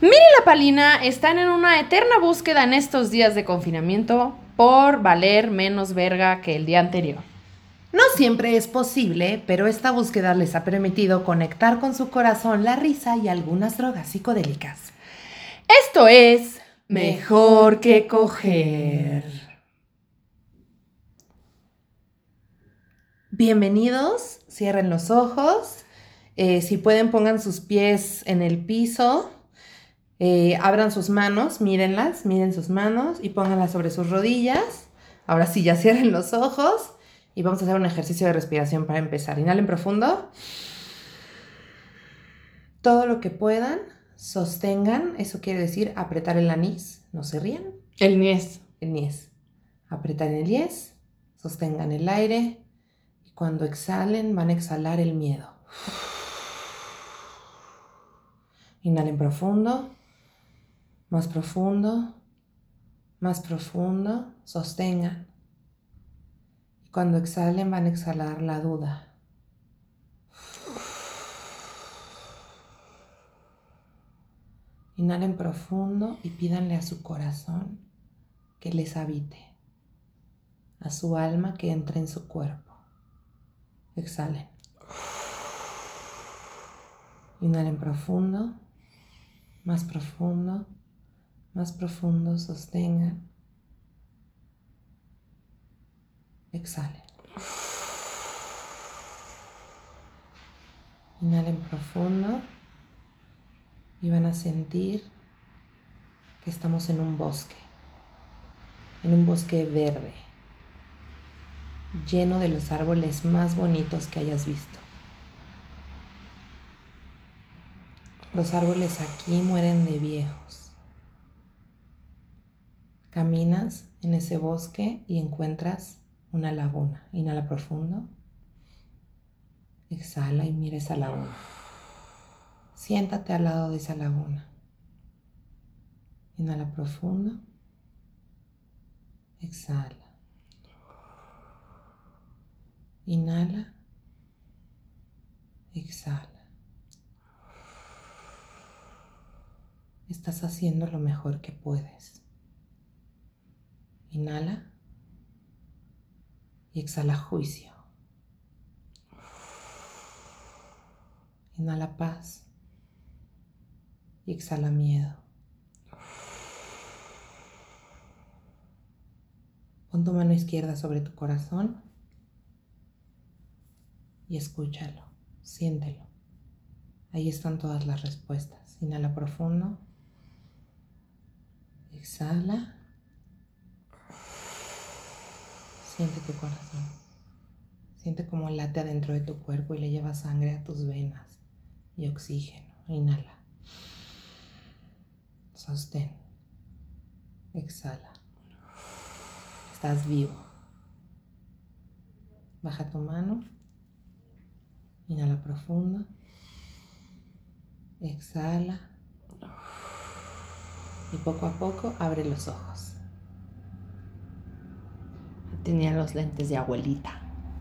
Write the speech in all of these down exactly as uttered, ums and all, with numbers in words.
Miri y la Palina están en una eterna búsqueda en estos días de confinamiento por valer menos verga que el día anterior. No siempre es posible, pero esta búsqueda les ha permitido conectar con su corazón, la risa y algunas drogas psicodélicas. Esto es Mejor que Coger. Bienvenidos, cierren los ojos, eh, si pueden pongan sus pies en el piso, eh, abran sus manos, mírenlas, miren sus manos y pónganlas sobre sus rodillas. Ahora sí, ya cierren los ojos y vamos a hacer un ejercicio de respiración para empezar. Inhalen profundo. Todo lo que puedan, sostengan, eso quiere decir apretar el anís, no se rían. El niés. El niés. Apretar el niés, sostengan el aire. Cuando exhalen, van a exhalar el miedo. Inhalen profundo, más profundo, más profundo, sostengan. Y cuando exhalen, van a exhalar la duda. Inhalen profundo y pídanle a su corazón que les habite, a su alma que entre en su cuerpo. Exhalen. Inhalen profundo, más profundo, más profundo, sostengan. Exhalen. Inhalen profundo y van a sentir que estamos en un bosque, en un bosque verde, lleno de los árboles más bonitos que hayas visto. Los árboles aquí mueren de viejos. Caminas en ese bosque y encuentras una laguna. Inhala profundo. Exhala y mira esa laguna. Siéntate al lado de esa laguna. Inhala profundo. Exhala. Inhala. Exhala. Estás haciendo lo mejor que puedes. Inhala y exhala juicio. Inhala paz y exhala miedo. Pon tu mano izquierda sobre tu corazón y escúchalo, siéntelo. Ahí están todas las respuestas. Inhala profundo. Exhala. Siente tu corazón. Siente cómo late adentro de tu cuerpo y le lleva sangre a tus venas y oxígeno. Inhala. Sostén. Exhala. Estás vivo. Baja tu mano. Inhala profundo. Exhala. Y poco a poco abre los ojos. Tenía los lentes de abuelita.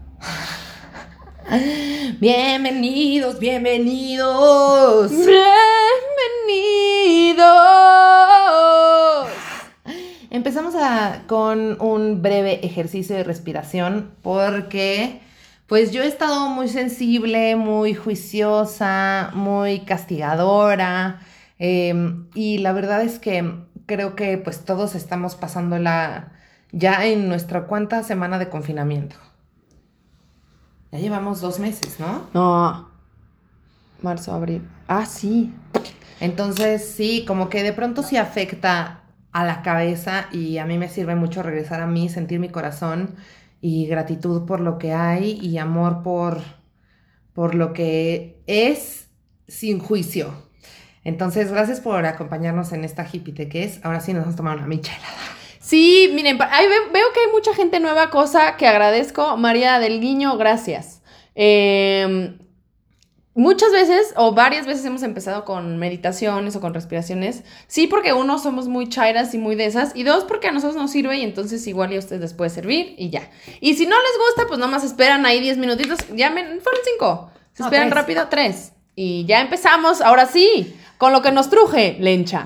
Bienvenidos, bienvenidos. Bienvenidos. Empezamos a, con un breve ejercicio de respiración porque pues yo he estado muy sensible, muy juiciosa, muy castigadora. Eh, y la verdad es que creo que pues todos estamos pasándola ya en nuestra cuarta semana de confinamiento. Ya llevamos dos meses, ¿no? No. Marzo, abril. Ah, sí. Entonces sí, como que de pronto sí afecta a la cabeza y a mí me sirve mucho regresar a mí, sentir mi corazón y gratitud por lo que hay y amor por, por lo que es sin juicio. Entonces, gracias por acompañarnos en esta hipiteques. Ahora sí nos vamos a tomar una michelada. Sí, miren, ahí ve- veo que hay mucha gente nueva, cosa que agradezco. María del Guiño, gracias. Eh, muchas veces o varias veces hemos empezado con meditaciones o con respiraciones. Sí, porque uno, somos muy chairas y muy de esas. Y dos, porque a nosotros nos sirve y entonces igual y a ustedes les puede servir y ya. Y si no les gusta, pues nomás esperan ahí diez minutitos. Ya me, fueron cinco. Se No, esperan tres. rápido, tres. Y ya empezamos, ahora sí, con lo que nos truje, lencha.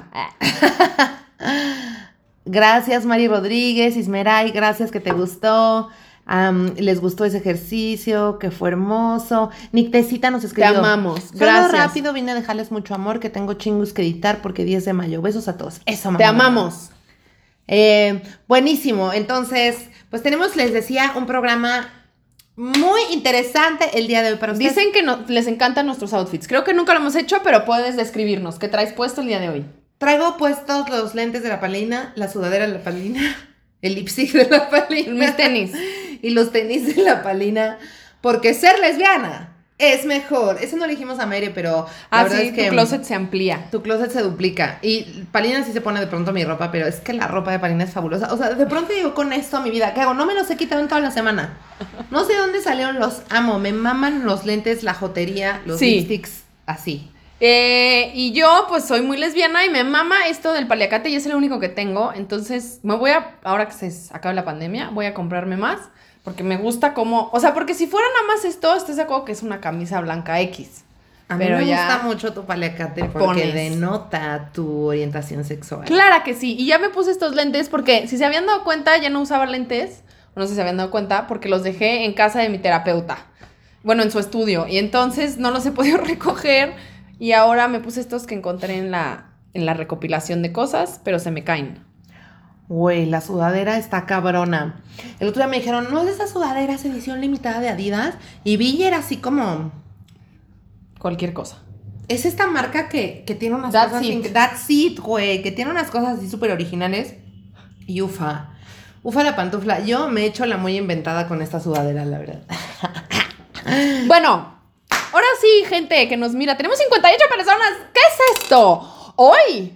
Gracias, Mari Rodríguez, Ismeray, gracias que te gustó. Um, les gustó ese ejercicio, que fue hermoso. Nictecita nos escribió. Te amamos, Solo gracias. rápido vine a dejarles mucho amor, que tengo chingos que editar porque diez de mayo. Besos a todos. Eso, mamá. Te amamos. Eh, buenísimo. Entonces, pues tenemos, les decía, un programa muy interesante el día de hoy para ustedes. Dicen que no, les encantan nuestros outfits. Creo que nunca lo hemos hecho, pero puedes describirnos. ¿Qué traes puesto el día de hoy? Traigo puestos los lentes de la Palina, la sudadera de la Palina, el lipstick de la Palina. Mis tenis. Y los tenis de la Palina, porque ser lesbiana es mejor. Eso no lo dijimos a Mere, pero la Ah, verdad sí, es que tu closet se amplía. tu closet se duplica. Y Palina sí se pone de pronto mi ropa, pero es que la ropa de Palina es fabulosa. O sea, de pronto digo con esto a mi vida, ¿qué hago? No me los he quitado en toda la semana. No sé dónde salieron, los amo. Me maman los lentes, la jotería, los Sí. lipsticks, así. Eh, y yo, pues, soy muy lesbiana y me mama esto del paliacate y es el único que tengo. Entonces, me voy a, ahora que se acabe la pandemia, voy a comprarme más. Porque me gusta como, o sea, porque si fuera nada más esto, estás de acuerdo que es una camisa blanca X. A mí Pero me ya gusta mucho tu paliacate porque pones. denota tu orientación sexual. Claro que sí. Y ya me puse estos lentes porque si se habían dado cuenta, ya no usaba lentes. O no sé si se habían dado cuenta porque los dejé en casa de mi terapeuta. Bueno, en su estudio. Y entonces no los he podido recoger. Y ahora me puse estos que encontré en la, en la recopilación de cosas, pero se me caen. Güey, la sudadera está cabrona. El otro día me dijeron, ¿no es esa sudadera, es edición limitada de Adidas? Y vi y era así como... Cualquier cosa. Es esta marca que, que tiene unas That's cosas... it. inc- That's it, güey. Que tiene unas cosas así súper originales. Y ufa. Ufa la pantufla. Yo me he hecho la muy inventada con esta sudadera, la verdad. Bueno, ahora sí, gente que nos mira. Tenemos cincuenta y ocho personas. ¿Qué es esto? Hoy.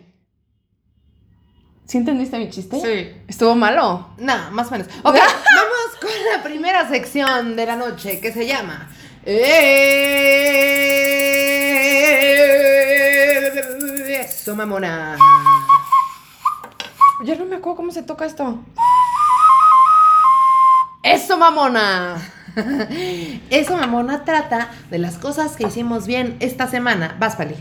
¿Sí entendiste mi chiste? Sí. ¿Estuvo malo? No, más o menos. Ok, vamos con la primera sección de la noche que se llama... Eso, mamona. Ya no me acuerdo cómo se toca esto. ¡Eso, mamona! Eso, mamona, trata de las cosas que hicimos bien esta semana. Vas, Pali.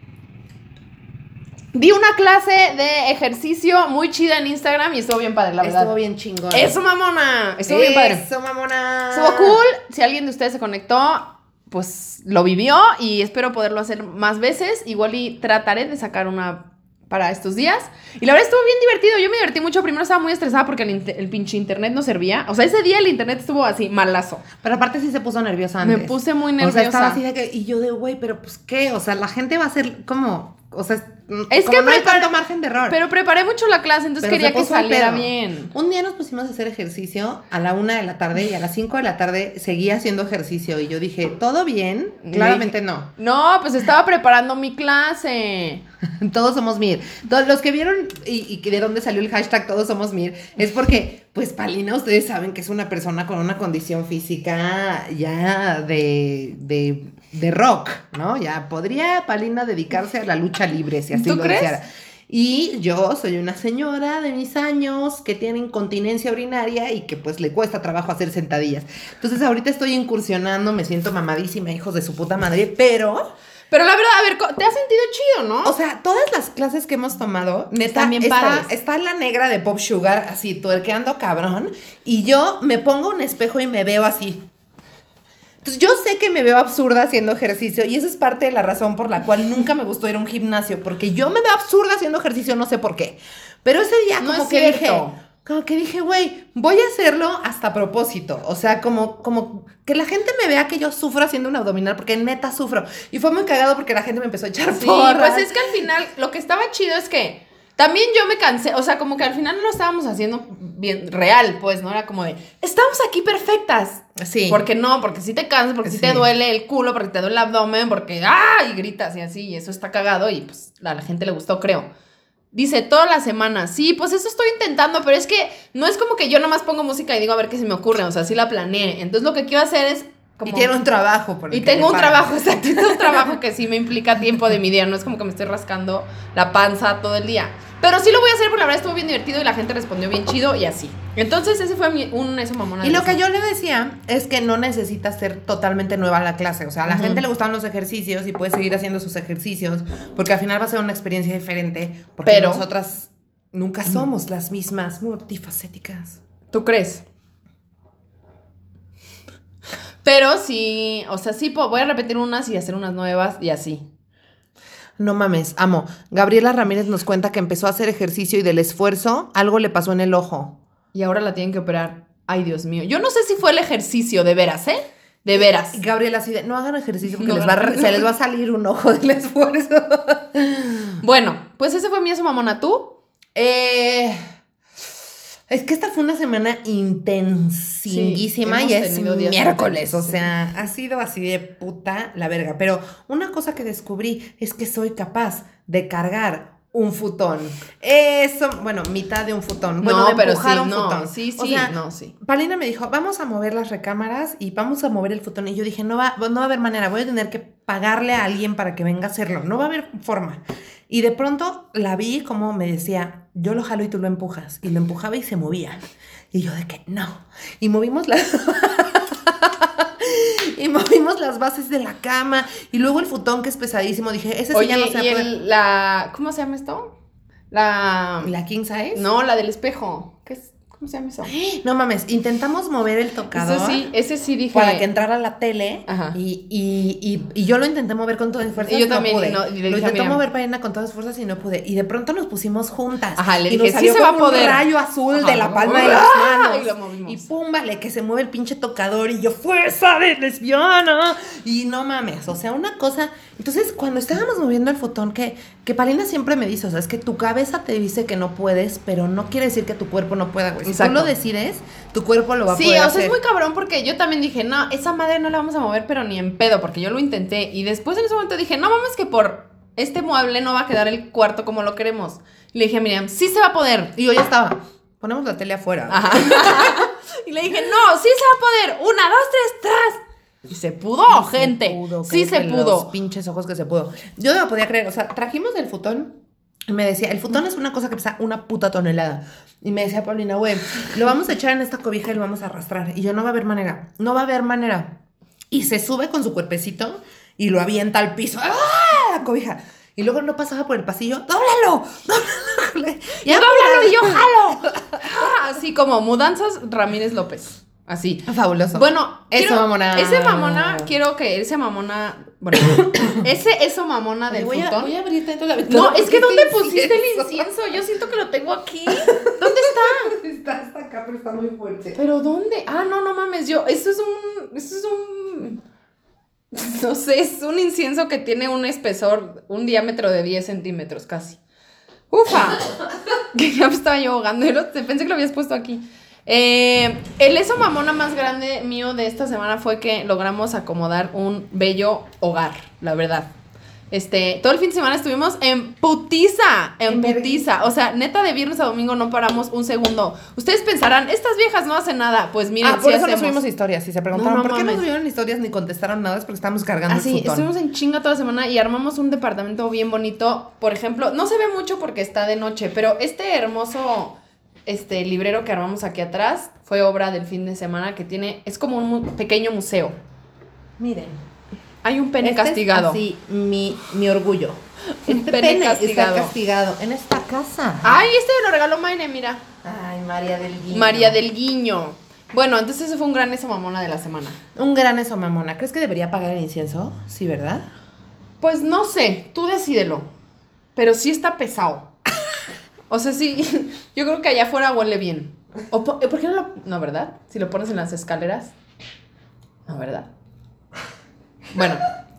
Di una clase de ejercicio muy chida en Instagram y estuvo bien padre, la verdad. Estuvo bien chingón. ¡Eso, mamona! Estuvo bien padre. Eso, mamona. Estuvo cool. Si alguien de ustedes se conectó, pues lo vivió y espero poderlo hacer más veces. Igual y trataré de sacar una para estos días. Y la verdad estuvo bien divertido. Yo me divertí mucho. Primero estaba muy estresada porque el, inter- el pinche internet no servía. O sea, ese día el internet estuvo así, malazo. Pero aparte sí se puso nerviosa antes. Me puse muy O nerviosa. sea, estaba así de que... Y yo de, güey, pero pues, ¿qué? O sea, la gente va a ser como... O sea, Es como que no hay prepara- tanto margen de error. Pero preparé mucho la clase, entonces Pero quería se que puso al saliera pedo. bien. Un día nos pusimos a hacer ejercicio a la una de la tarde y a las cinco de la tarde seguía haciendo ejercicio. Y yo dije, ¿todo bien? Claramente no. No, pues estaba preparando mi clase. Todos somos Mir. Todos los que vieron y, y que de dónde salió el hashtag Todos somos Mir es porque, pues, Palina, ustedes saben que es una persona con una condición física ya de, de, de rock, ¿no? Ya podría Palina dedicarse a la lucha libre, si así ¿Tú lo crees? deseara. Y yo soy una señora de mis años que tiene incontinencia urinaria y que pues le cuesta trabajo hacer sentadillas. Entonces ahorita estoy incursionando, me siento mamadísima, hijos de su puta madre, pero... Pero la verdad, a ver, co- te has sentido chido, ¿no? O sea, todas las clases que hemos tomado, neta, Están bien está, padres. está la negra de Pop Sugar así, tuerqueando cabrón, y yo me pongo un espejo y me veo así. Entonces, yo sé que me veo absurda haciendo ejercicio, y esa es parte de la razón por la cual nunca me gustó ir a un gimnasio, porque yo me veo absurda haciendo ejercicio, no sé por qué. Pero ese día No como es que cierto. dije... Como que dije, güey, voy a hacerlo hasta a propósito. O sea, como, como que la gente me vea que yo sufro haciendo un abdominal, porque neta sufro. Y fue muy cagado porque la gente me empezó a echar Sí, porras. pues es que al final lo que estaba chido es que también yo me cansé, o sea, como que al final no lo estábamos haciendo bien real, pues, ¿no? Era como de, estamos aquí perfectas. Sí. Porque no, porque si te cansas, porque si Sí. te duele el culo, porque te duele el abdomen, porque, ¡ah! Y gritas y así, y eso está cagado y pues a la gente le gustó, creo. Dice, toda la semana. Sí, pues eso estoy intentando, pero es que no es como que yo nomás pongo música y digo a ver qué se me ocurre, o sea, sí la planeé. Entonces lo que quiero hacer es como... Y tiene un trabajo. Por el y que tengo le un pagan. trabajo, exacto. Tengo un trabajo que sí me implica tiempo de mi día. No es como que me estoy rascando la panza todo el día. Pero sí lo voy a hacer porque la verdad estuvo bien divertido y la gente respondió bien chido y así. Entonces ese fue mi, un eso mamona. Y lo que yo le decía es que no necesitas ser totalmente nueva a la clase. O sea, a la Ujú. gente le gustan los ejercicios y puede seguir haciendo sus ejercicios porque al final va a ser una experiencia diferente. Porque Pero- nosotras nunca somos las mismas multifacéticas. ¿Tú crees? Pero sí, o sea, sí, po- voy a repetir unas y hacer unas nuevas y así. No mames, amo. Gabriela Ramírez nos cuenta que empezó a hacer ejercicio y del esfuerzo algo le pasó en el ojo. Y ahora la tienen que operar. Ay, Dios mío. Yo no sé si fue el ejercicio, de veras, ¿eh? De veras. Y Gabriela así de, no hagan ejercicio porque No, les va a no, re- no. se les va a salir un ojo del esfuerzo. Bueno, pues ese fue mi eso mamona. ¿Tú? Eh, es que esta fue una semana intensinguísima Sí, y hemos es tenido días miércoles, intensos, o sí. sea, ha sido así de puta la verga. Pero una cosa que descubrí es que soy capaz de cargar un futón. Eso, bueno, mitad de un futón. Bueno, no, de pero empujar sí, un no, futón. sí, sí, O sea, no, sí. Palina me dijo, vamos a mover las recámaras y vamos a mover el futón. Y yo dije, no va, no va a haber manera, voy a tener que pagarle a alguien para que venga a hacerlo. No va a haber forma. Y de pronto la vi como me decía, yo lo jalo y tú lo empujas. Y lo empujaba y se movía. Y yo de que no. Y movimos las... y movimos las bases de la cama. Y luego el futón que es pesadísimo. Dije, ese sí Oye, ya no se va a y poder. el, la... ¿Cómo se llama esto? La... ¿La king size? No, la del espejo. ¿Qué es? ¿Cómo se llama eso? No mames, intentamos mover el tocador. Ese sí, ese sí dije... Para que entrara la tele. Ajá. Y, y, y, y yo lo intenté mover con todas mis fuerzas. Y yo no también, pude. no, y le lo dije a intentó Miriam. mover Palina con todas sus fuerzas y no pude. Y de pronto nos pusimos juntas. Ajá, le y dije, nos salió sí se va a como un poder. rayo azul Ajá. de la palma de las ¡Ah! manos. Y lo movimos. Y pum, vale, que se mueve el pinche tocador. Y yo, fuerza de lesbiana. Y no mames, o sea, una cosa. Entonces, cuando estábamos moviendo el futón, que, que Palina siempre me dice, o sea, es que tu cabeza te dice que no puedes, pero no quiere decir que tu cuerpo no pueda, güey. Si Exacto. tú lo decides, tu cuerpo lo va a Sí, poder o sea, hacer. es muy cabrón porque yo también dije, no, esa madre no la vamos a mover, pero ni en pedo, porque yo lo intenté. Y después en ese momento dije, no mames, que por este mueble no va a quedar el cuarto como lo queremos. Y le dije a Miriam, sí se va a poder. Y yo ya estaba. Ponemos la tele afuera. Ajá. Y le dije, no, sí se va a poder. Una, dos, tres, tras. Y se pudo, Sí gente. se pudo, sí se cállate pudo. Los pinches ojos que se pudo. Yo no lo podía creer. O sea, trajimos el futón. Y me decía, el futón es una cosa que pesa una puta tonelada. Y me decía Paulina, güey, lo vamos a echar en esta cobija y lo vamos a arrastrar. Y yo, no va a haber manera. No va a haber manera. Y se sube con su cuerpecito y lo avienta al piso. ¡Ah! La cobija. Y luego no pasaba por el pasillo. ¡Dóblalo! ¡Dóblalo! Y dóblalo y yo jalo. Ah, así como mudanzas Ramírez López. Así. Fabuloso. Bueno, eso quiero- mamona. Ese mamona, quiero que ese mamona. Bueno, ese eso mamona del Oye, voy, a, futón. voy a abrir tanto la ventana. No, es que porque ¿dónde este pusiste el incienso? Yo siento que lo tengo aquí. ¿Dónde está? Está hasta acá, pero está muy fuerte. ¿Pero dónde? Ah, no, no mames, yo. Eso es un. Eso es un. No sé, es un incienso que tiene un espesor, un diámetro de diez centímetros casi. ¡Ufa! Que ya me estaba yo ahogando. Yo lo- pensé que lo habías puesto aquí. Eh, el eso mamona más grande mío de esta semana fue que logramos acomodar un bello hogar, la verdad. Este, todo el fin de semana estuvimos en putiza, en En putiza. O sea, neta, de viernes a domingo no paramos un segundo. Ustedes pensarán, estas viejas no hacen nada. Pues miren, Ah, por sí eso no hacemos. subimos historias. Si se preguntaron No, no por qué no mames. subieron historias ni contestaron nada, es porque estábamos cargando Así, el futón. estuvimos en chinga toda la semana y armamos un departamento bien bonito. Por ejemplo, no se ve mucho porque está de noche, pero este hermoso este librero que armamos aquí atrás fue obra del fin de semana que tiene, es como un mu- pequeño museo. Miren. Hay un pene Este es castigado. así, mi, mi orgullo. Un Este pene pene, castigado. está castigado en esta casa. Ay, este me lo regaló Mayre, mira. Ay, María del Guiño. María del Guiño. Bueno, entonces ese fue un gran eso mamona de la semana. Un gran eso, mamona. ¿Crees que debería pagar el incienso? Sí, ¿verdad? Pues no sé, tú decídelo. Pero sí está pesado. O sea, sí, yo creo que allá afuera huele bien. O po- ¿Por qué no lo...? No, ¿verdad? Si lo pones en las escaleras. No, ¿verdad? Bueno.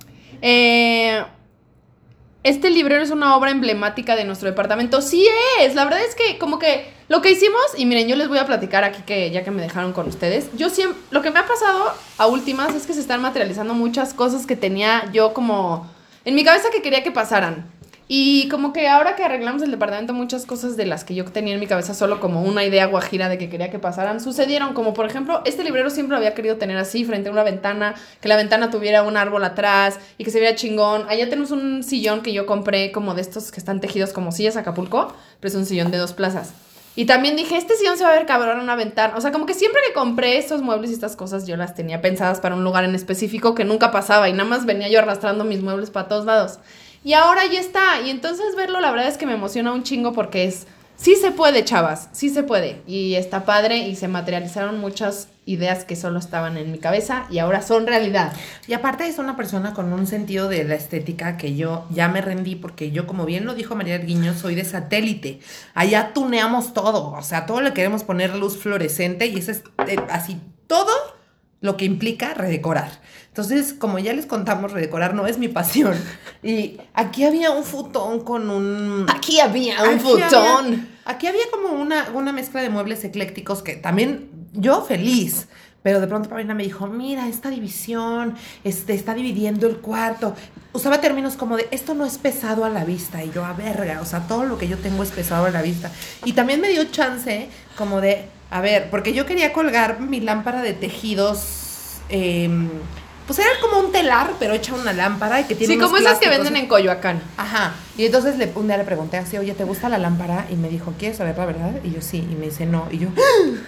Eh, este librero es una obra emblemática de nuestro departamento. Sí es, la verdad es que como que lo que hicimos, y miren, yo les voy a platicar aquí que ya que me dejaron con ustedes, yo siempre, lo que me ha pasado a últimas es que se están materializando muchas cosas que tenía yo como en mi cabeza que quería que pasaran. Y como que ahora que arreglamos el departamento, muchas cosas de las que yo tenía en mi cabeza solo como una idea guajira de que quería que pasaran, sucedieron. Como por ejemplo, este librero siempre lo había querido tener así, frente a una ventana, que la ventana tuviera un árbol atrás y que se viera chingón. Allá tenemos un sillón que yo compré como de estos que están tejidos como sillas Acapulco, pero es un sillón de dos plazas. Y también dije, este sillón se va a ver cabrón en una ventana. O sea, como que siempre que compré estos muebles y estas cosas, yo las tenía pensadas para un lugar en específico que nunca pasaba. Y nada más venía yo arrastrando mis muebles para todos lados. Y ahora ya está. Y entonces verlo, la verdad es que me emociona un chingo porque es... Sí se puede, chavas. Sí se puede. Y está padre y se materializaron muchas ideas que solo estaban en mi cabeza y ahora son realidad. Y aparte es una persona con un sentido de la estética que yo ya me rendí porque yo, como bien lo dijo María del Guiño, soy de satélite. Allá tuneamos todo. O sea, todo le queremos poner luz fluorescente y eso es eh, así todo lo que implica redecorar. Entonces, como ya les contamos, redecorar no es mi pasión. Y aquí había un futón con un... Aquí había un aquí futón. Había, aquí había como una, una mezcla de muebles eclécticos que también yo feliz. Pero de pronto Paulina me dijo, mira, esta división este, está dividiendo el cuarto. Usaba términos como de, esto no es pesado a la vista. Y yo, a verga, o sea, todo lo que yo tengo es pesado a la vista. Y también me dio chance como de, a ver, porque yo quería colgar mi lámpara de tejidos... Eh, pues era como un telar, pero hecha una lámpara y que tiene Sí, unos como esas que plásticos. venden en Coyoacán. Ajá. Y entonces le, un día le pregunté así, oye, ¿te gusta la lámpara? Y me dijo, ¿quieres saber la verdad? Y yo, sí. Y me dice, no. Y yo,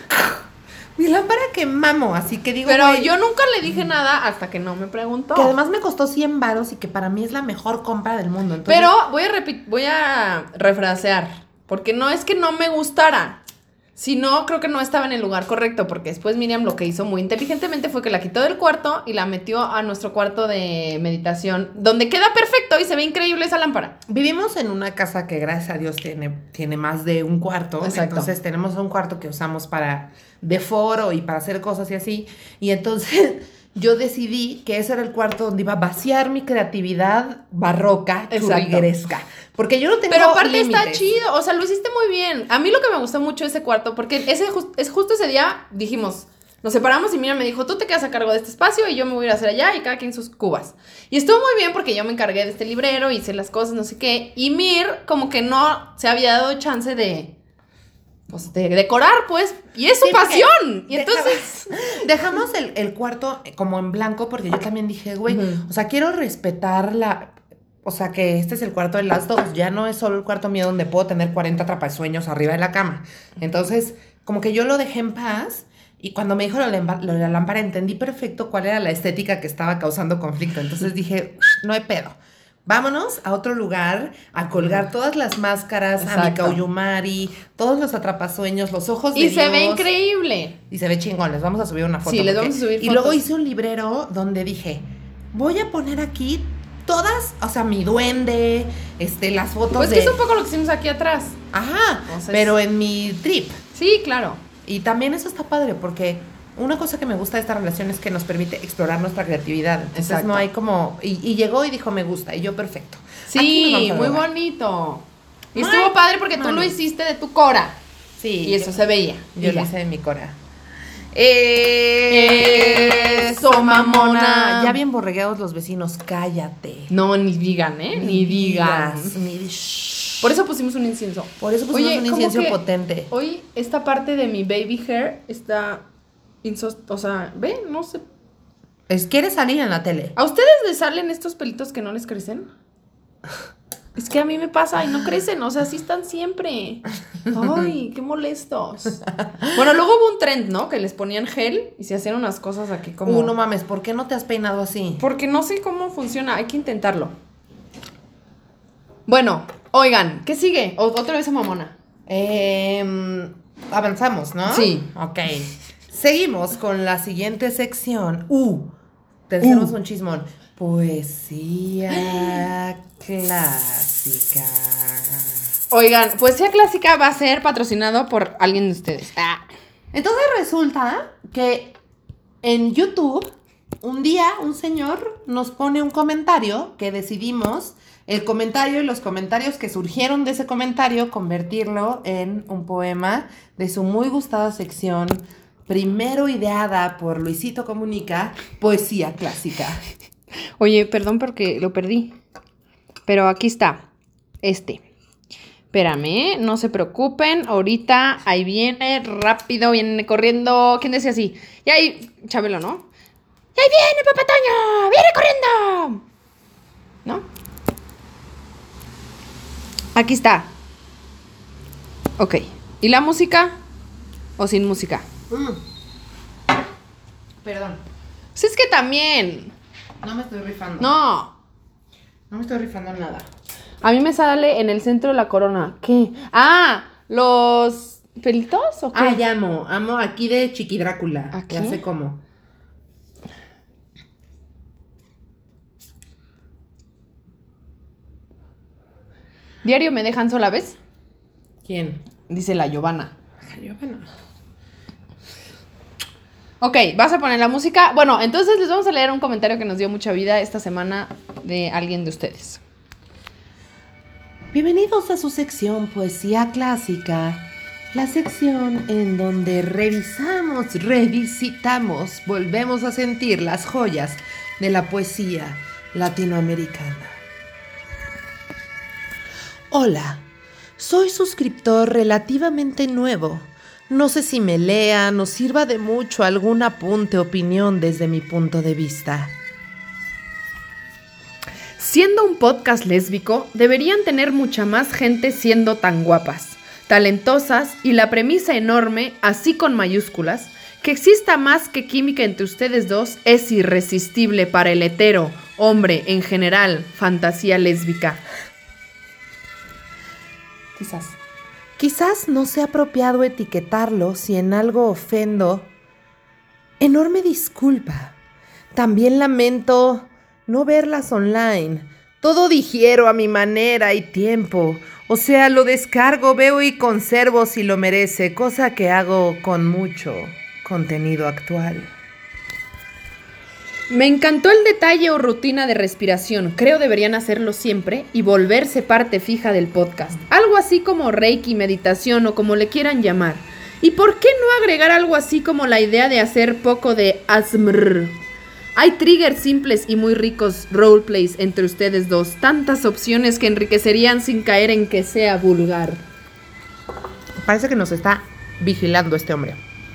mi lámpara que mamo. Así que digo, Pero güey, yo nunca le dije nada hasta que no me preguntó. que además me costó cien varos y que para mí es la mejor compra del mundo. Entonces, Pero voy a, repi- voy a refrasear. Porque no es que no me gustara. Si no, creo que no estaba en el lugar correcto, porque después Miriam lo que hizo muy inteligentemente fue que la quitó del cuarto y la metió a nuestro cuarto de meditación, donde queda perfecto y se ve increíble esa lámpara. vivimos en una casa que gracias a Dios tiene, tiene más de un cuarto. Exacto. Entonces tenemos un cuarto que usamos para de foro y para hacer cosas y así. Y entonces yo decidí que ese era el cuarto donde iba a vaciar mi creatividad barroca, churrigueresca. Porque yo no tengo Pero aparte límites. está chido, o sea, lo hiciste muy bien. A mí lo que me gustó mucho ese cuarto, porque ese ju- es justo ese día dijimos, nos separamos y Miriam me dijo, tú te quedas a cargo de este espacio y yo me voy a ir a hacer allá y cada quien sus cubas. Y estuvo muy bien porque yo me encargué de este librero, hice las cosas, no sé qué. Y Mir como que no se había dado chance de... Pues de decorar, pues, y es su Sí, porque pasión. Y deja- entonces... Dejamos el, el cuarto como en blanco porque yo también dije, güey, Ujú. o sea, quiero respetar la... O sea, que este es el cuarto de las dos. Ya no es solo el cuarto mío donde puedo tener cuarenta atrapasueños arriba de la cama. Entonces, como que yo lo dejé en paz. Y cuando me dijo lo de, la, lo de la lámpara, entendí perfecto cuál era la estética que estaba causando conflicto. Entonces dije, no hay pedo. Vámonos a otro lugar a colgar todas las máscaras, a mi Exacto. Kauyumari, todos los atrapasueños, los ojos de Y se ve Dios. increíble. Y se ve chingón, les vamos a subir una foto. Sí, les porque- vamos a subir Y luego fotos. hice un librero donde dije, voy a poner aquí todas, o sea, mi duende, este, las fotos Pues de... que es un poco lo que hicimos aquí atrás. Ajá, Entonces- pero en mi trip. Sí, claro. Y también eso está padre porque una cosa que me gusta de esta relación es que nos permite explorar nuestra creatividad. Entonces Exacto. no hay como... Y, y llegó y dijo, me gusta. Y yo, perfecto. Aquí Sí, nos vamos a muy drogar. bonito. Y Muy estuvo padre porque tú bonito. lo hiciste de tu cora. Sí. Y eso se veía. Yo Y lo ya. hice en mi cora. Eh, Eso, mamona. Ya bien borregueados los vecinos, cállate. No, ni digan, ¿eh? Ni, digan. digas, Ni di- shh. Por eso pusimos un incienso. Por eso pusimos Oye, un ¿cómo incienso que potente. Hoy esta parte de mi baby hair está... insos- O sea, ¿ven? No sé. Es, ¿Quieres salir en la tele? ¿A ustedes les salen estos pelitos que no les crecen? Es que a mí me pasa y no crecen, o sea, así están siempre. Ay, qué molestos. Bueno, luego hubo un trend, ¿no? Que les ponían gel y se hacían unas cosas aquí como... Uh, no mames, ¿por qué no te has peinado así? Porque no sé cómo funciona, hay que intentarlo. Bueno, oigan, ¿qué sigue? O- otra vez a mamona. Eh, avanzamos, ¿no? Sí. Ok. Seguimos con la siguiente sección. Uh, tenemos un chismón. Poesía clásica. Oigan, Poesía Clásica va a ser patrocinado por alguien de ustedes. Ah. Entonces resulta que en YouTube, un día un señor nos pone un comentario que decidimos, el comentario y los comentarios que surgieron de ese comentario, convertirlo en un poema de su muy gustada sección, primero ideada por Luisito Comunica, Poesía Clásica. Oye, perdón porque lo perdí. Pero aquí está. Este. Espérame, ¿eh? No se preocupen. Ahorita ahí viene rápido, viene corriendo. ¿Quién decía así? Y ahí, Chabelo, ¿no? ¡Y ahí viene Papá Toño! ¡Viene corriendo! ¿No? Aquí está. Ok. ¿Y la música? ¿O sin música? Mm. Perdón. Sí, es que también. No me estoy rifando. No. No me estoy rifando nada. A mí me sale en el centro de la corona. ¿Qué? Ah, los pelitos o qué? Ah, ya amo. Amo aquí de Chiqui Drácula. ¿Aquí? Ya sé cómo. Diario me dejan sola, ¿ves? ¿Quién? Dice la Giovanna. Yo, bueno. Ok, ¿vas a poner la música? Bueno, entonces les vamos a leer un comentario que nos dio mucha vida esta semana de alguien de ustedes. Bienvenidos a su sección Poesía Clásica, la sección en donde revisamos, revisitamos, volvemos a sentir las joyas de la poesía latinoamericana. Hola, soy suscriptor relativamente nuevo. No sé si me lea, nos sirva de mucho algún apunte, opinión desde mi punto de vista. Siendo un podcast lésbico, deberían tener mucha más gente siendo tan guapas, talentosas y la premisa enorme, así con mayúsculas, que exista más que química entre ustedes dos es irresistible para el hetero, hombre, en general, fantasía lésbica. Quizás. Quizás no sea apropiado etiquetarlo si en algo ofendo. Enorme disculpa. También lamento no verlas online. Todo digiero a mi manera y tiempo. O sea, lo descargo, veo y conservo si lo merece, cosa que hago con mucho contenido actual. Me encantó el detalle o rutina de respiración. Creo deberían hacerlo siempre y volverse parte fija del podcast. Algo así como Reiki, meditación o como le quieran llamar. ¿Y por qué no agregar algo así como la idea de hacer poco de A S M R? Hay triggers simples y muy ricos roleplays entre ustedes dos. Tantas opciones que enriquecerían sin caer en que sea vulgar. Parece que nos está vigilando este hombre.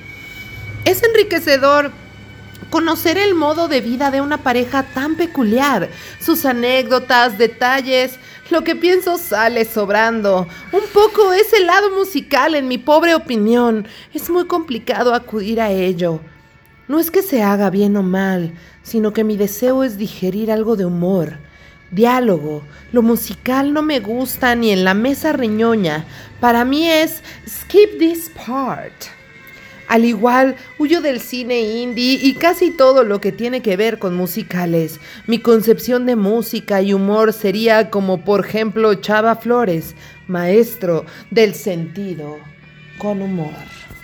Es enriquecedor conocer el modo de vida de una pareja tan peculiar, sus anécdotas, detalles. Lo que pienso sale sobrando. Un poco es el lado musical, en mi pobre opinión. Es muy complicado acudir a ello. No es que se haga bien o mal, sino que mi deseo es digerir algo de humor, diálogo. Lo musical no me gusta ni en la mesa reñoña. Para mí es skip this part. Al igual, huyo del cine indie y casi todo lo que tiene que ver con musicales. Mi concepción de música y humor sería como, por ejemplo, Chava Flores, maestro del sentido con humor.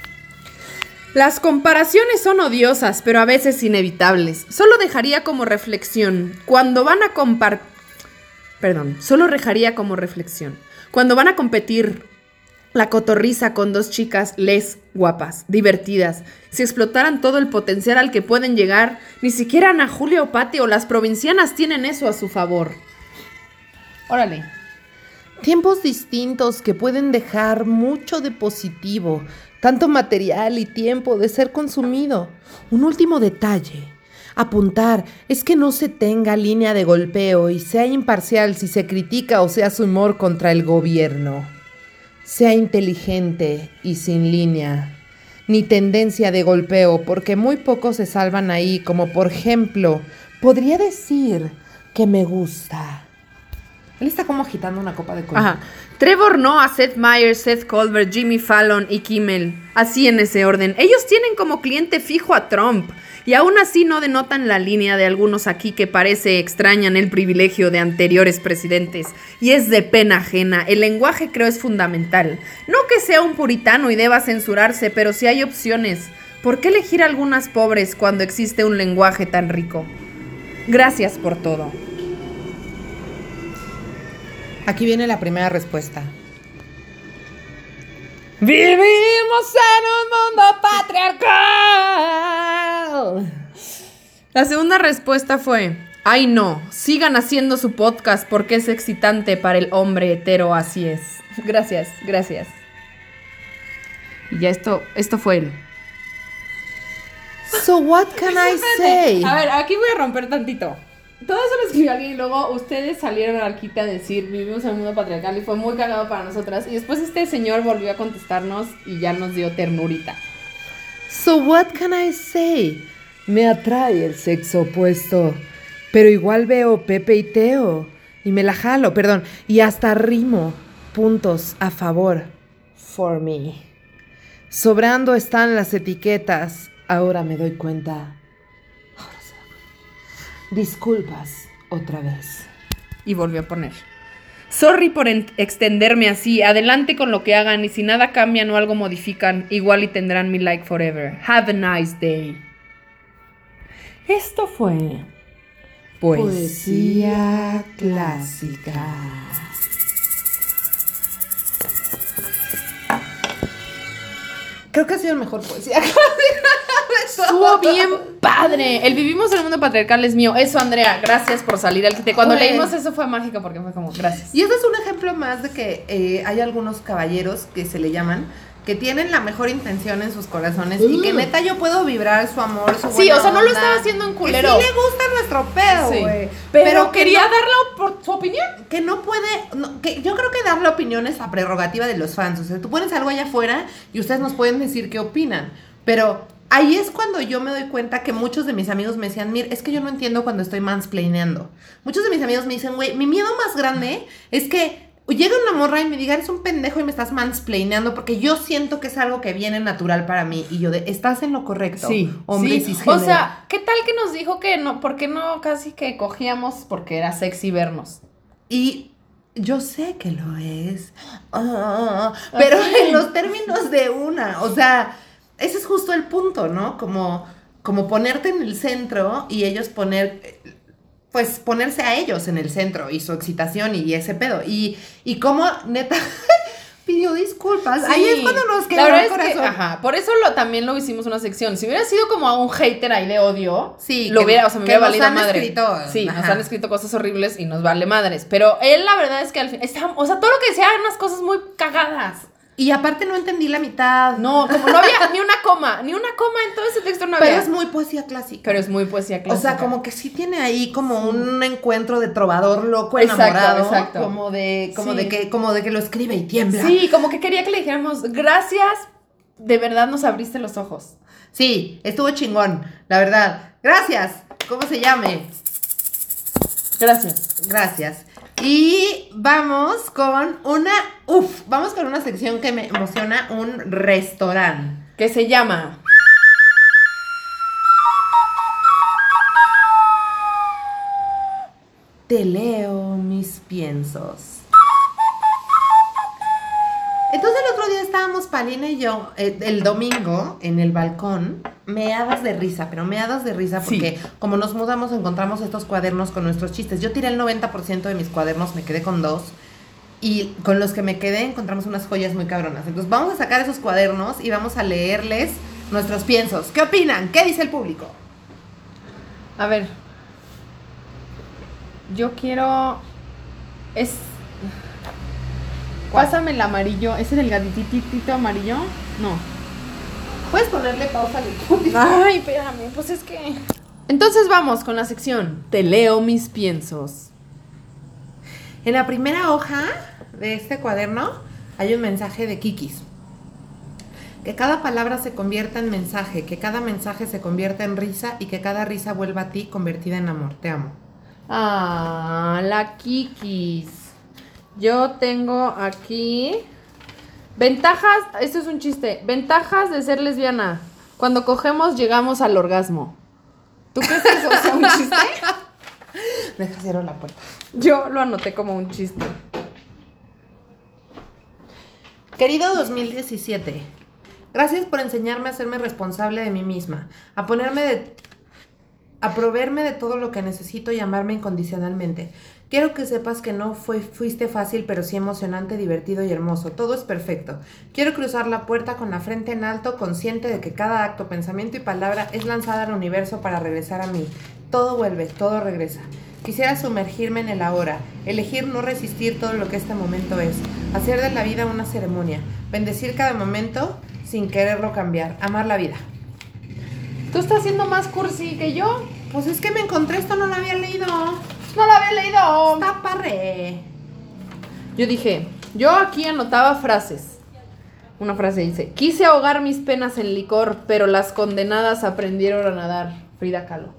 Las comparaciones son odiosas, pero a veces inevitables. Solo dejaría como reflexión. Cuando van a compar... Perdón, solo dejaría como reflexión. Cuando van a competir la cotorriza con dos chicas les guapas, divertidas. Si explotaran todo el potencial al que pueden llegar, ni siquiera Ana Julia o Pati o las provincianas tienen eso a su favor. Órale. Tiempos distintos que pueden dejar mucho de positivo, tanto material y tiempo de ser consumido. Un último detalle. Apuntar es que no se tenga línea de golpeo y sea imparcial si se critica o se hace humor contra el gobierno. Sea inteligente y sin línea, ni tendencia de golpeo, porque muy pocos se salvan ahí, como por ejemplo, podría decir que me gusta. Él está como agitando una copa de coñac. Ajá. Trevor Noah, Seth Meyers, Seth Colbert, Jimmy Fallon y Kimmel. Así en ese orden. Ellos tienen como cliente fijo a Trump. Y aún así no denotan la línea de algunos aquí que parece extrañan el privilegio de anteriores presidentes. Y es de pena ajena. El lenguaje creo es fundamental. No que sea un puritano y deba censurarse, pero si hay opciones. ¿Por qué elegir algunas pobres cuando existe un lenguaje tan rico? Gracias por todo. Aquí viene la primera respuesta. Vivimos en un mundo patriarcal. La segunda respuesta fue: Ay, no, sigan haciendo su podcast porque es excitante para el hombre hetero, así es. Gracias, gracias. Y ya esto, esto fue él. So what can I say? A ver, aquí voy a romper tantito. Todo eso lo escribió alguien y luego ustedes salieron al quite a decir vivimos en un mundo patriarcal y fue muy cagado para nosotras. Y después este señor volvió a contestarnos y ya nos dio ternurita. So what can I say? Me atrae el sexo opuesto, pero igual veo Pepe y Teo y me la jalo, perdón, y hasta rimo. Puntos a favor. For me. Sobrando están las etiquetas. Ahora me doy cuenta. Disculpas otra vez. Y volvió a poner. Sorry por en- extenderme así. Adelante con lo que hagan y si nada cambian o algo modifican, igual y tendrán mi like forever. Have a nice day. Esto fue Poesía clásica. Creo que ha sido el mejor poesía clásica. Estuvo bien padre. El vivimos en el mundo patriarcal es mío. Eso, Andrea, gracias por salir al quite. Cuando Pues, leímos eso fue mágico porque fue como, gracias. Y ese es un ejemplo más de que eh, hay algunos caballeros que se le llaman, que tienen la mejor intención en sus corazones y que neta yo puedo vibrar su amor, su Sí, buena o sea, no lo onda, estaba haciendo en culero. Que sí le gusta nuestro pedo, Sí. güey. Pero, que quería no- darle por su opinión. que no puede, no, que yo creo que darle opinión es la prerrogativa de los fans. O sea, tú pones algo allá afuera y ustedes nos pueden decir qué opinan. Pero ahí es cuando yo me doy cuenta que muchos de mis amigos me decían, mir, es que yo no entiendo cuando estoy mansplaineando. Muchos de mis amigos me dicen, güey, mi miedo más grande es que llega una morra y me diga, eres un pendejo y me estás mansplaineando, porque yo siento que es algo que viene natural para mí. Y yo de, estás en lo correcto, hombre sí. cisgénero. O sea, ¿qué tal que nos dijo que no, por qué no casi que cogíamos porque era sexy vernos? Y yo sé que lo es, ah, pero Ok. en los términos de una, o sea, ese es justo el punto, ¿no? Como, como ponerte en el centro y ellos poner, pues ponerse a ellos en el centro y su excitación y ese pedo. Y, y como neta pidió disculpas. Ahí es cuando nos La quedó verdad el es que, corazón. ajá, por eso lo, también lo hicimos una sección. Si hubiera sido como a un hater ahí de odio, Sí, lo que- hubiera, o sea, me que hubiera nos valido han madre. escrito, Sí, nos ajá. han escrito cosas horribles y nos vale madres. Pero él, la verdad es que al fin, está- o sea, todo lo que decía eran unas cosas muy cagadas. Y aparte no entendí la mitad. No, como no había ni una coma, ni una coma en todo ese texto no había. Pero es muy poesía clásica. Pero es muy poesía O clásica. sea, como que sí tiene ahí como un encuentro de trovador loco Exacto, enamorado, exacto. como de como Sí. de que como de que lo escribe y tiembla. Sí, como que quería que le dijéramos, gracias, de verdad nos abriste los ojos. Sí, estuvo chingón, la verdad. Gracias. ¿Cómo se llame? Gracias. Gracias. Y vamos con una uf, vamos con una sección que me emociona, un restaurante. Que se llama Te leo mis piensos. Entonces el otro día estábamos Palina y yo, eh, el domingo, en el balcón, meadas de risa, pero meadas de risa porque Sí. como nos mudamos encontramos estos cuadernos con nuestros chistes. Yo tiré el noventa por ciento de mis cuadernos, me quedé con dos. Y con los que me quedé encontramos unas joyas muy cabronas. Entonces vamos a sacar esos cuadernos y vamos a leerles nuestros piensos. ¿Qué opinan? ¿Qué dice el público? A ver. Yo quiero. Es. Pásame el amarillo. ¿Ese del gatititito amarillo? No. ¿Puedes ponerle pausa al público? Ay, espérame, pues es que. Entonces vamos con la sección. Te leo mis piensos. En la primera hoja de este cuaderno hay un mensaje de Kikis. Que cada palabra se convierta en mensaje, que cada mensaje se convierta en risa y que cada risa vuelva a ti convertida en amor. Te amo. Ah, la Kikis. Yo tengo aquí. Ventajas. Esto es un chiste. Ventajas de ser lesbiana. Cuando cogemos, llegamos al orgasmo. ¿Tú crees que eso sea un chiste? Deja cierro la puerta. Yo lo anoté como un chiste. Querido dos mil diecisiete, gracias por enseñarme a hacerme responsable de mí misma, a ponerme de... a proveerme de todo lo que necesito y amarme incondicionalmente. Quiero que sepas que no fue, fuiste fácil, pero sí emocionante, divertido y hermoso. Todo es perfecto. Quiero cruzar la puerta con la frente en alto, consciente de que cada acto, pensamiento y palabra es lanzada al universo para regresar a mí. Todo vuelve, todo regresa. Quisiera sumergirme en el ahora, elegir no resistir todo lo que este momento es, hacer de la vida una ceremonia, bendecir cada momento sin quererlo cambiar, amar la vida. ¿Tú estás siendo más cursi que yo? Pues es que me encontré esto, no lo había leído. No lo había leído. Está parre. Yo dije, yo aquí anotaba frases. Una frase dice, quise ahogar mis penas en licor, pero las condenadas aprendieron a nadar. Frida Kahlo.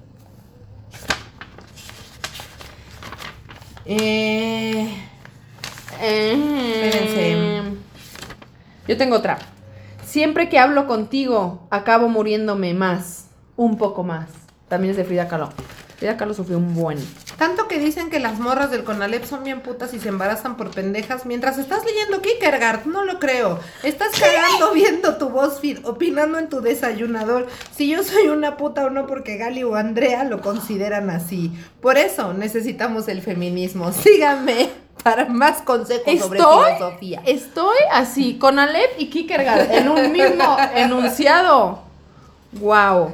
Eh... Eh, Espérense. Yo tengo otra. Siempre que hablo contigo, acabo muriéndome más. Un poco más. También es de Frida Kahlo. Frida Kahlo sufrió un buen. Tanto que dicen que las morras del Conalep son bien putas y se embarazan por pendejas mientras estás leyendo Kierkegaard. No lo creo. Estás cagando viendo tu BuzzFeed, opinando en tu desayunador si yo soy una puta o no porque Gali o Andrea lo consideran así. Por eso necesitamos el feminismo. Síganme para más consejos sobre Estoy, filosofía. estoy así, con Alep y Kierkegaard en un mismo enunciado. Wow.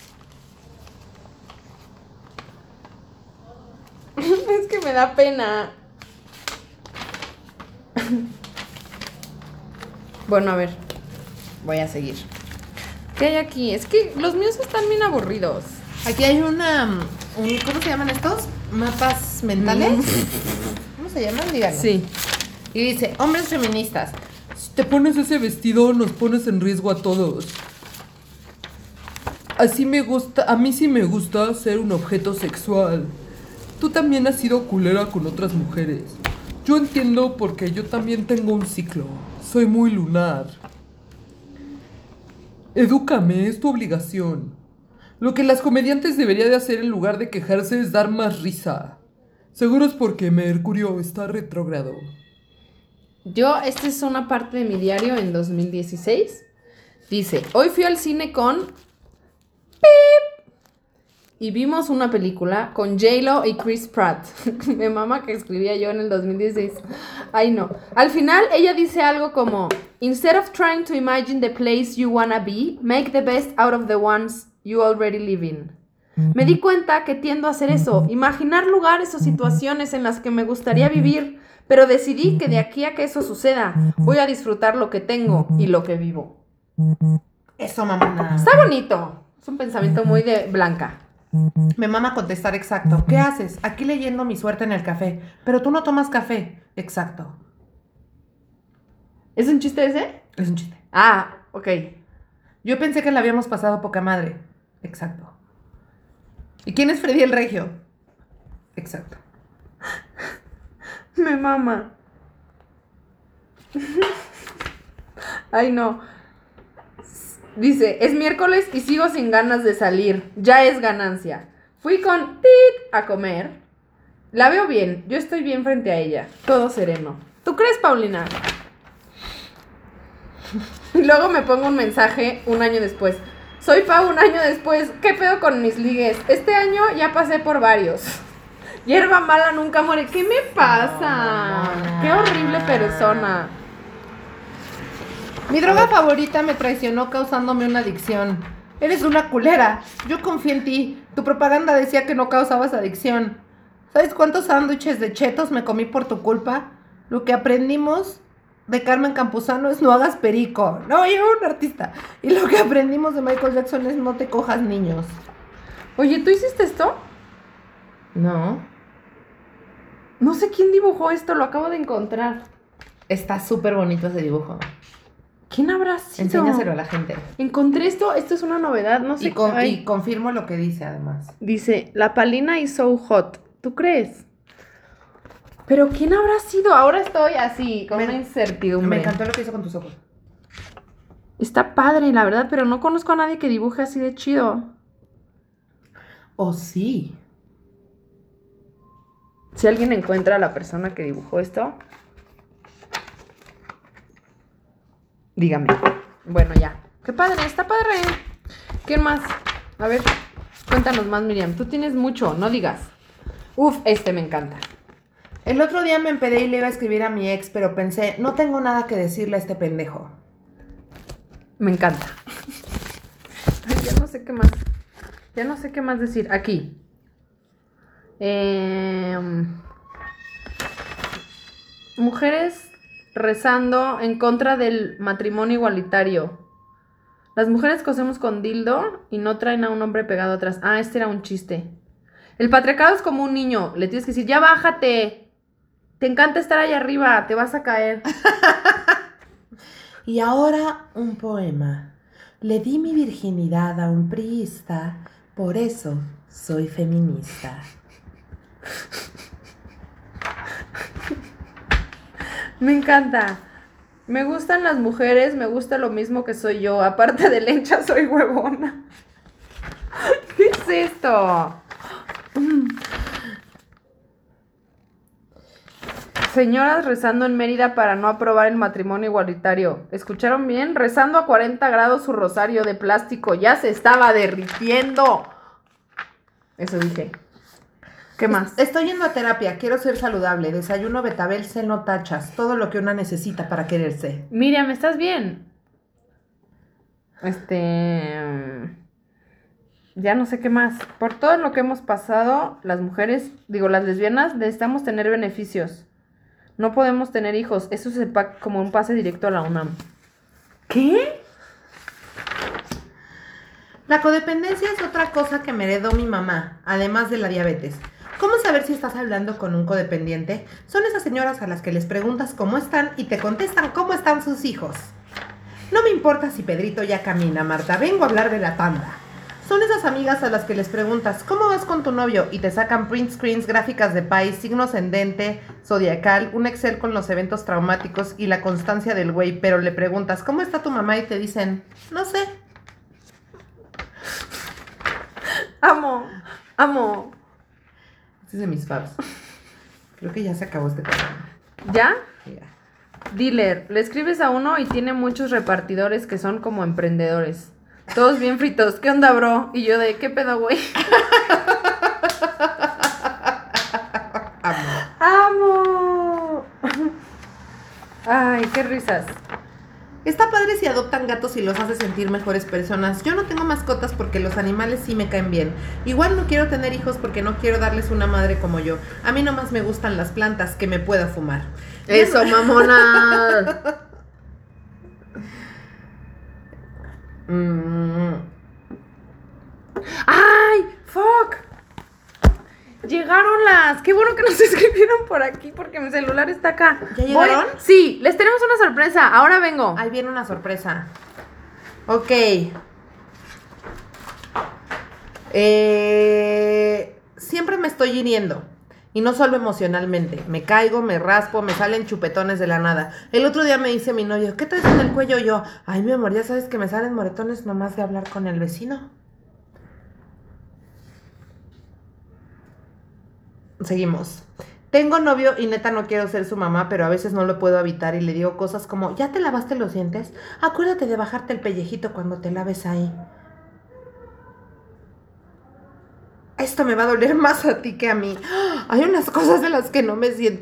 Es que me da pena. Bueno, a ver. Voy a seguir. ¿Qué hay aquí? Es que los míos están bien aburridos. Aquí hay una... Un, ¿cómo se llaman estos? ¿Mapas mentales? ¿Cómo se llaman? Díganme. Sí. Y dice, hombres feministas. Si te pones ese vestido, nos pones en riesgo a todos. Así me gusta, a mí sí me gusta ser un objeto sexual. Tú también has sido culera con otras mujeres. Yo entiendo porque yo también tengo un ciclo. Soy muy lunar. Edúcame, es tu obligación. Lo que las comediantes deberían de hacer en lugar de quejarse es dar más risa. Seguro es porque Mercurio está retrógrado. Yo, esta es una parte de mi diario en dos mil dieciséis. Dice, hoy fui al cine con... ¡Pip! Y vimos una película con J-Lo y Chris Pratt. Me mama que escribía yo en el dos mil dieciséis. Ay, no. Al final, ella dice algo como... Instead of trying to imagine the place you wanna be, make the best out of the ones you already live in. Me di cuenta que tiendo a hacer eso. Imaginar lugares o situaciones en las que me gustaría vivir. Pero decidí que de aquí a que eso suceda, voy a disfrutar lo que tengo y lo que vivo. Eso, mamá. Está bonito. Es un pensamiento muy de Blanca. Me mama contestar exacto. ¿Qué haces? Aquí leyendo mi suerte en el café. Pero tú no tomas café. Exacto. ¿Es un chiste ese? Es un chiste. Ah, ok. Yo pensé que la habíamos pasado poca madre. Exacto. ¿Y quién es Freddy el Regio? Exacto. Me mama. Ay, no. Dice, es miércoles y sigo sin ganas de salir. Ya es ganancia. Fui con Tit a comer. La veo bien. Yo estoy bien frente a ella. Todo sereno. ¿Tú crees, Paulina? Y luego me pongo un mensaje un año después. Soy Pau un año después. ¿Qué pedo con mis ligues? Este año ya pasé por varios. Hierba mala nunca muere. ¿Qué me pasa? Qué horrible persona. Mi droga favorita me traicionó causándome una adicción. Eres una culera. Yo confié en ti. Tu propaganda decía que no causabas adicción. ¿Sabes cuántos sándwiches de chetos me comí por tu culpa? Lo que aprendimos de Carmen Campuzano es no hagas perico. No, yo era un artista. Y lo que aprendimos de Michael Jackson es no te cojas niños. Oye, ¿tú hiciste esto? No. No sé quién dibujó esto, lo acabo de encontrar. Está súper bonito ese dibujo. ¿Quién habrá sido? Enséñaselo a la gente. Encontré esto, esto es una novedad, no sé. Y, con, Ay. y confirmo lo que dice además. Dice, la Palina is so hot. ¿Tú crees? Pero ¿quién habrá sido? Ahora estoy así, con Me- una incertidumbre. Me encantó lo que hizo con tus ojos. Está padre, la verdad, pero no conozco a nadie que dibuje así de chido. Oh, sí. Si alguien encuentra a la persona que dibujó esto, dígame. Bueno, ya. Qué padre, está padre. ¿Quién más? A ver, cuéntanos más, Miriam. Tú tienes mucho, no digas. Uf, este me encanta. El otro día me empedé y le iba a escribir a mi ex, pero pensé, no tengo nada que decirle a este pendejo. Me encanta. Ay, ya no sé qué más. Ya no sé qué más decir. Aquí. Eh, mujeres rezando en contra del matrimonio igualitario. Las mujeres cosemos con dildo y no traen a un hombre pegado atrás. Ah, este era un chiste. El patriarcado es como un niño. Le tienes que decir, ya bájate. Te encanta estar allá arriba, te vas a caer. Y ahora un poema. Le di mi virginidad a un priista, por eso soy feminista. Me encanta. Me gustan las mujeres, me gusta lo mismo que soy yo. Aparte de lencha, soy huevona. ¿Qué es esto? Señoras rezando en Mérida para no aprobar el matrimonio igualitario. ¿Escucharon bien? Rezando a cuarenta grados su rosario de plástico. Ya se estaba derritiendo. Eso dije. ¿Qué más? Estoy yendo a terapia, quiero ser saludable. Desayuno betabel, seno tachas. Todo lo que una necesita para quererse. Miriam, ¿estás bien? Este... Ya no sé qué más. Por todo lo que hemos pasado, las mujeres, digo, las lesbianas, necesitamos tener beneficios. No podemos tener hijos. Eso es como un pase directo a la UNAM. ¿Qué? La codependencia es otra cosa que me heredó mi mamá, además de la diabetes. ¿Cómo saber si estás hablando con un codependiente? Son esas señoras a las que les preguntas cómo están y te contestan cómo están sus hijos. No me importa si Pedrito ya camina, Marta, vengo a hablar de la tanda. Son esas amigas a las que les preguntas ¿cómo vas con tu novio? Y te sacan print screens, gráficas de país, signo ascendente, zodiacal, un Excel con los eventos traumáticos y la constancia del güey, pero le preguntas ¿cómo está tu mamá? Y te dicen, no sé. Amo, amo. Este es de mis faves. Creo que ya se acabó este programa. ¿Ya? Ya. Dealer, le escribes a uno y tiene muchos repartidores que son como emprendedores. Todos bien fritos. ¿Qué onda, bro? Y yo de, ¿qué pedo, güey? Amo. ¡Amo! Ay, qué risas. Está padre si adoptan gatos y los hace sentir mejores personas. Yo no tengo mascotas porque los animales sí me caen bien. Igual no quiero tener hijos porque no quiero darles una madre como yo. A mí nomás me gustan las plantas, que me pueda fumar. Eso, mamona. Mm. ¡Ay! ¡Fuck! Llegaron las. Qué bueno que nos escribieron por aquí porque mi celular está acá. ¿Ya llegaron? Voy... Sí, les tenemos una sorpresa. Ahora vengo. Ahí viene una sorpresa. Ok. Eh, siempre me estoy hiriendo. Y no solo emocionalmente. Me caigo, me raspo, me salen chupetones de la nada. El otro día me dice mi novio, ¿qué traes en el cuello? Yo, ay, mi amor, ya sabes que me salen moretones nomás de hablar con el vecino. Seguimos. Tengo novio y neta no quiero ser su mamá, pero a veces no lo puedo evitar y le digo cosas como, ¿ya te lavaste los dientes? Acuérdate de bajarte el pellejito cuando te laves ahí. Esto me va a doler más a ti que a mí. Hay unas cosas de las que no me siento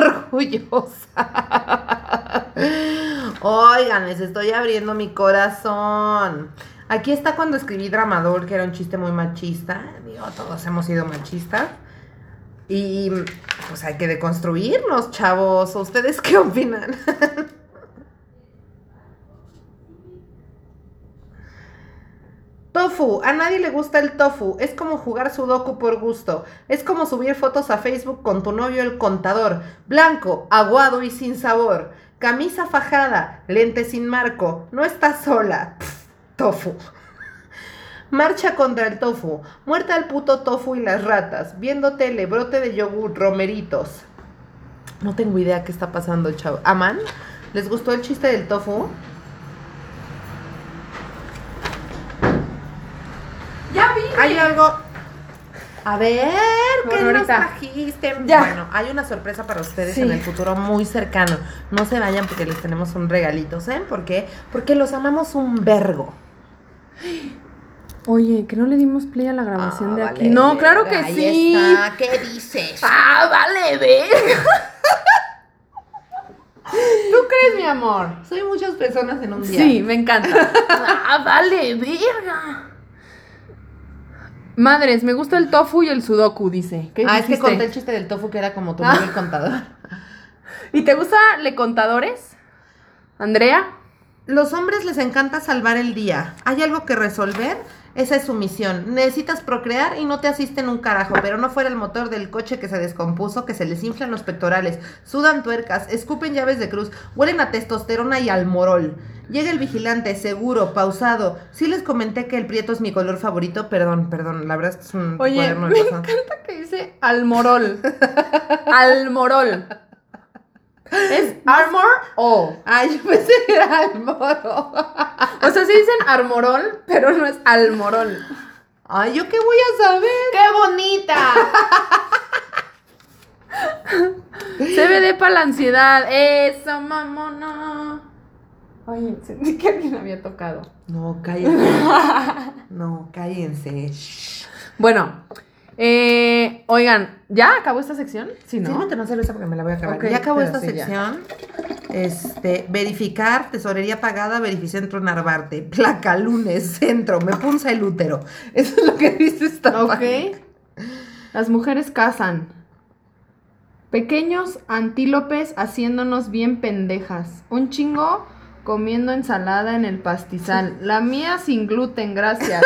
orgullosa. Oigan, les estoy abriendo mi corazón. Aquí está cuando escribí Dramador, que era un chiste muy machista. Digo, todos hemos sido machistas. Y pues hay que deconstruirnos, chavos. ¿Ustedes qué opinan? Tofu, a nadie le gusta el tofu, es como jugar sudoku por gusto, es como subir fotos a Facebook con tu novio el contador, blanco, aguado y sin sabor, camisa fajada, lente sin marco, no estás sola, pff, tofu. Marcha contra el tofu, muerta el puto tofu y las ratas, viendo tele, brote de yogur, romeritos. No tengo idea qué está pasando, chavo. ¿Aman? ¿Les gustó el chiste del tofu? Ya vi. Hay algo. A ver, ¿qué Bueno, nos ahorita. trajiste? Ya. Bueno, hay una sorpresa para ustedes Sí. en el futuro muy cercano. No se vayan porque les tenemos un regalito, ¿saben por qué? Porque los amamos un vergo. Oye, que no le dimos play a la grabación Ah, de vale, aquí. No, verga, claro que ahí sí. está. ¿Qué dices? Ah, vale, verga. ¿Tú crees, mi amor? Soy muchas personas en un día. Sí, me encanta. Ah, vale, verga. Madres, me gusta el tofu y el sudoku, dice. ¿Qué Ah, es que dijiste? conté el chiste del tofu que era como tu Ah. móvil contador. ¿Y te gusta le contadores? Andrea. Los hombres les encanta salvar el día. ¿Hay algo que resolver? Esa es su misión. Necesitas procrear y no te asisten un carajo, pero no fuera el motor del coche que se descompuso, que se les inflan los pectorales, sudan tuercas, escupen llaves de cruz, huelen a testosterona y al morol. Llega el vigilante, seguro, pausado. Sí les comenté que el prieto es mi color favorito. Perdón, perdón, la verdad es que es un Oye, cuaderno me de pasado. encanta que dice almorol. Almorol. ¿Es armor o? Ay, yo pensé que era al moro. O sea, sí dicen armorol, pero no es almorol. Ay, ¿yo qué voy a saber? ¡Qué bonita! C B D para la ansiedad. Eso, mamona. Ay, sentí que alguien había tocado. No, cállense. No, cállense. Bueno, eh, oigan, ¿ya acabó esta sección? Sí, ¿no? Sírvete una cerveza porque me la voy a acabar. Ok, ya acabó pero esta sí, ya. sección. Este, verificar, tesorería pagada, verificentro Narvarte, placa, lunes, centro, me punza el útero. Eso es lo que dice esta Ok. página. Las mujeres cazan. Pequeños antílopes haciéndonos bien pendejas. Un chingo comiendo ensalada en el pastizal. La mía sin gluten, gracias.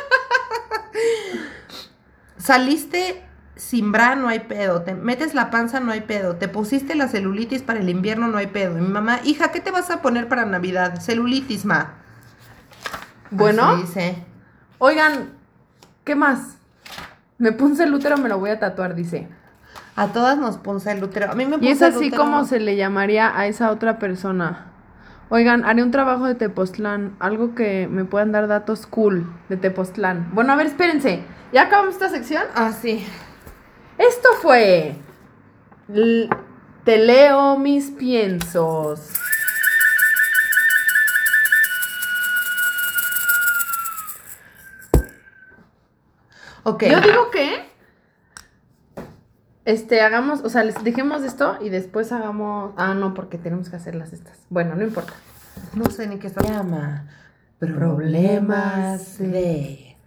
Saliste sin bra, no hay pedo. Te metes la panza, no hay pedo. Te pusiste la celulitis para el invierno, no hay pedo. Y mi mamá, hija, ¿qué te vas a poner para Navidad? Celulitis, ma. Bueno, Así dice. oigan, ¿qué más? Me puse el útero, me lo voy a tatuar, dice. A todas nos punza el útero. A mí me Y punza es el así útero. como se le llamaría a esa otra persona. Oigan, haré un trabajo de Tepoztlán, algo que me puedan dar datos cool de Tepoztlán. Bueno, a ver, espérense. ¿Ya acabamos esta sección? Ah, sí. Esto fue... L- Te leo mis piensos. Ok. Yo digo que... Este, hagamos, o sea, les dejemos esto y después hagamos... Ah, no, porque tenemos que hacerlas estas. Bueno, no importa. No sé ni qué está. Llama. Problemas de.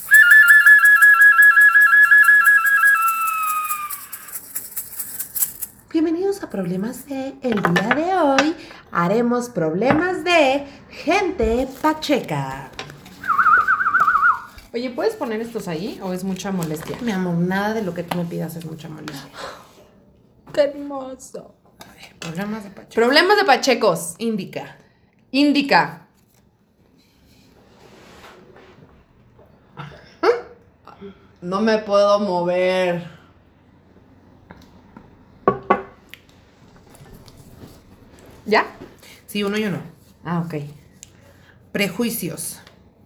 Bienvenidos a Problemas de. El día de hoy haremos problemas de gente pacheca. Oye, ¿puedes poner estos ahí o es mucha molestia? Mi amor, nada de lo que tú me pidas es mucha molestia. ¡Qué hermoso! A ver, problemas de pacheca. Problemas de pachecos. Indica. Indica. No me puedo mover. ¿Ya? Sí, uno y uno. Ah, ok. Prejuicios.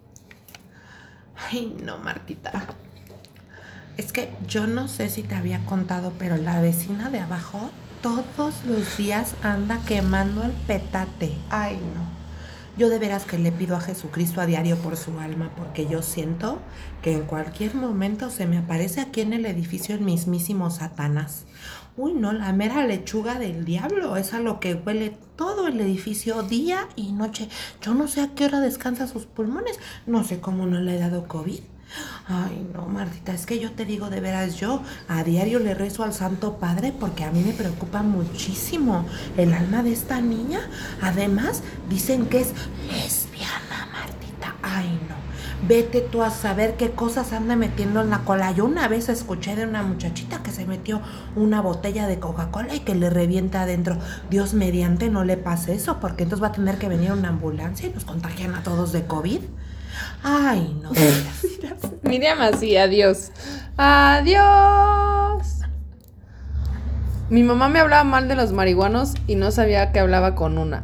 Ay, no, Martita. Es que yo no sé si te había contado, pero la vecina de abajo todos los días anda quemando el petate. Ay, no. Yo de veras que le pido a Jesucristo a diario por su alma, porque yo siento que en cualquier momento se me aparece aquí en el edificio el mismísimo Satanás. Uy, no, la mera lechuga del diablo, es a lo que huele todo el edificio día y noche. Yo no sé a qué hora descansa sus pulmones, no sé cómo no le he dado COVID. Ay, no, Martita, es que yo te digo de veras, yo a diario le rezo al Santo Padre porque a mí me preocupa muchísimo el alma de esta niña. Además, dicen que es lesbiana, Martita. Ay, no. Vete tú a saber qué cosas anda metiendo en la cola. Yo una vez escuché de una muchachita que se metió una botella de Coca-Cola y que le revienta adentro. Dios mediante no le pase eso, porque entonces va a tener que venir una ambulancia y nos contagian a todos de COVID. Ay, no. Miriam así, adiós. Adiós. Mi mamá me hablaba mal de los marihuanos y no sabía que hablaba con una.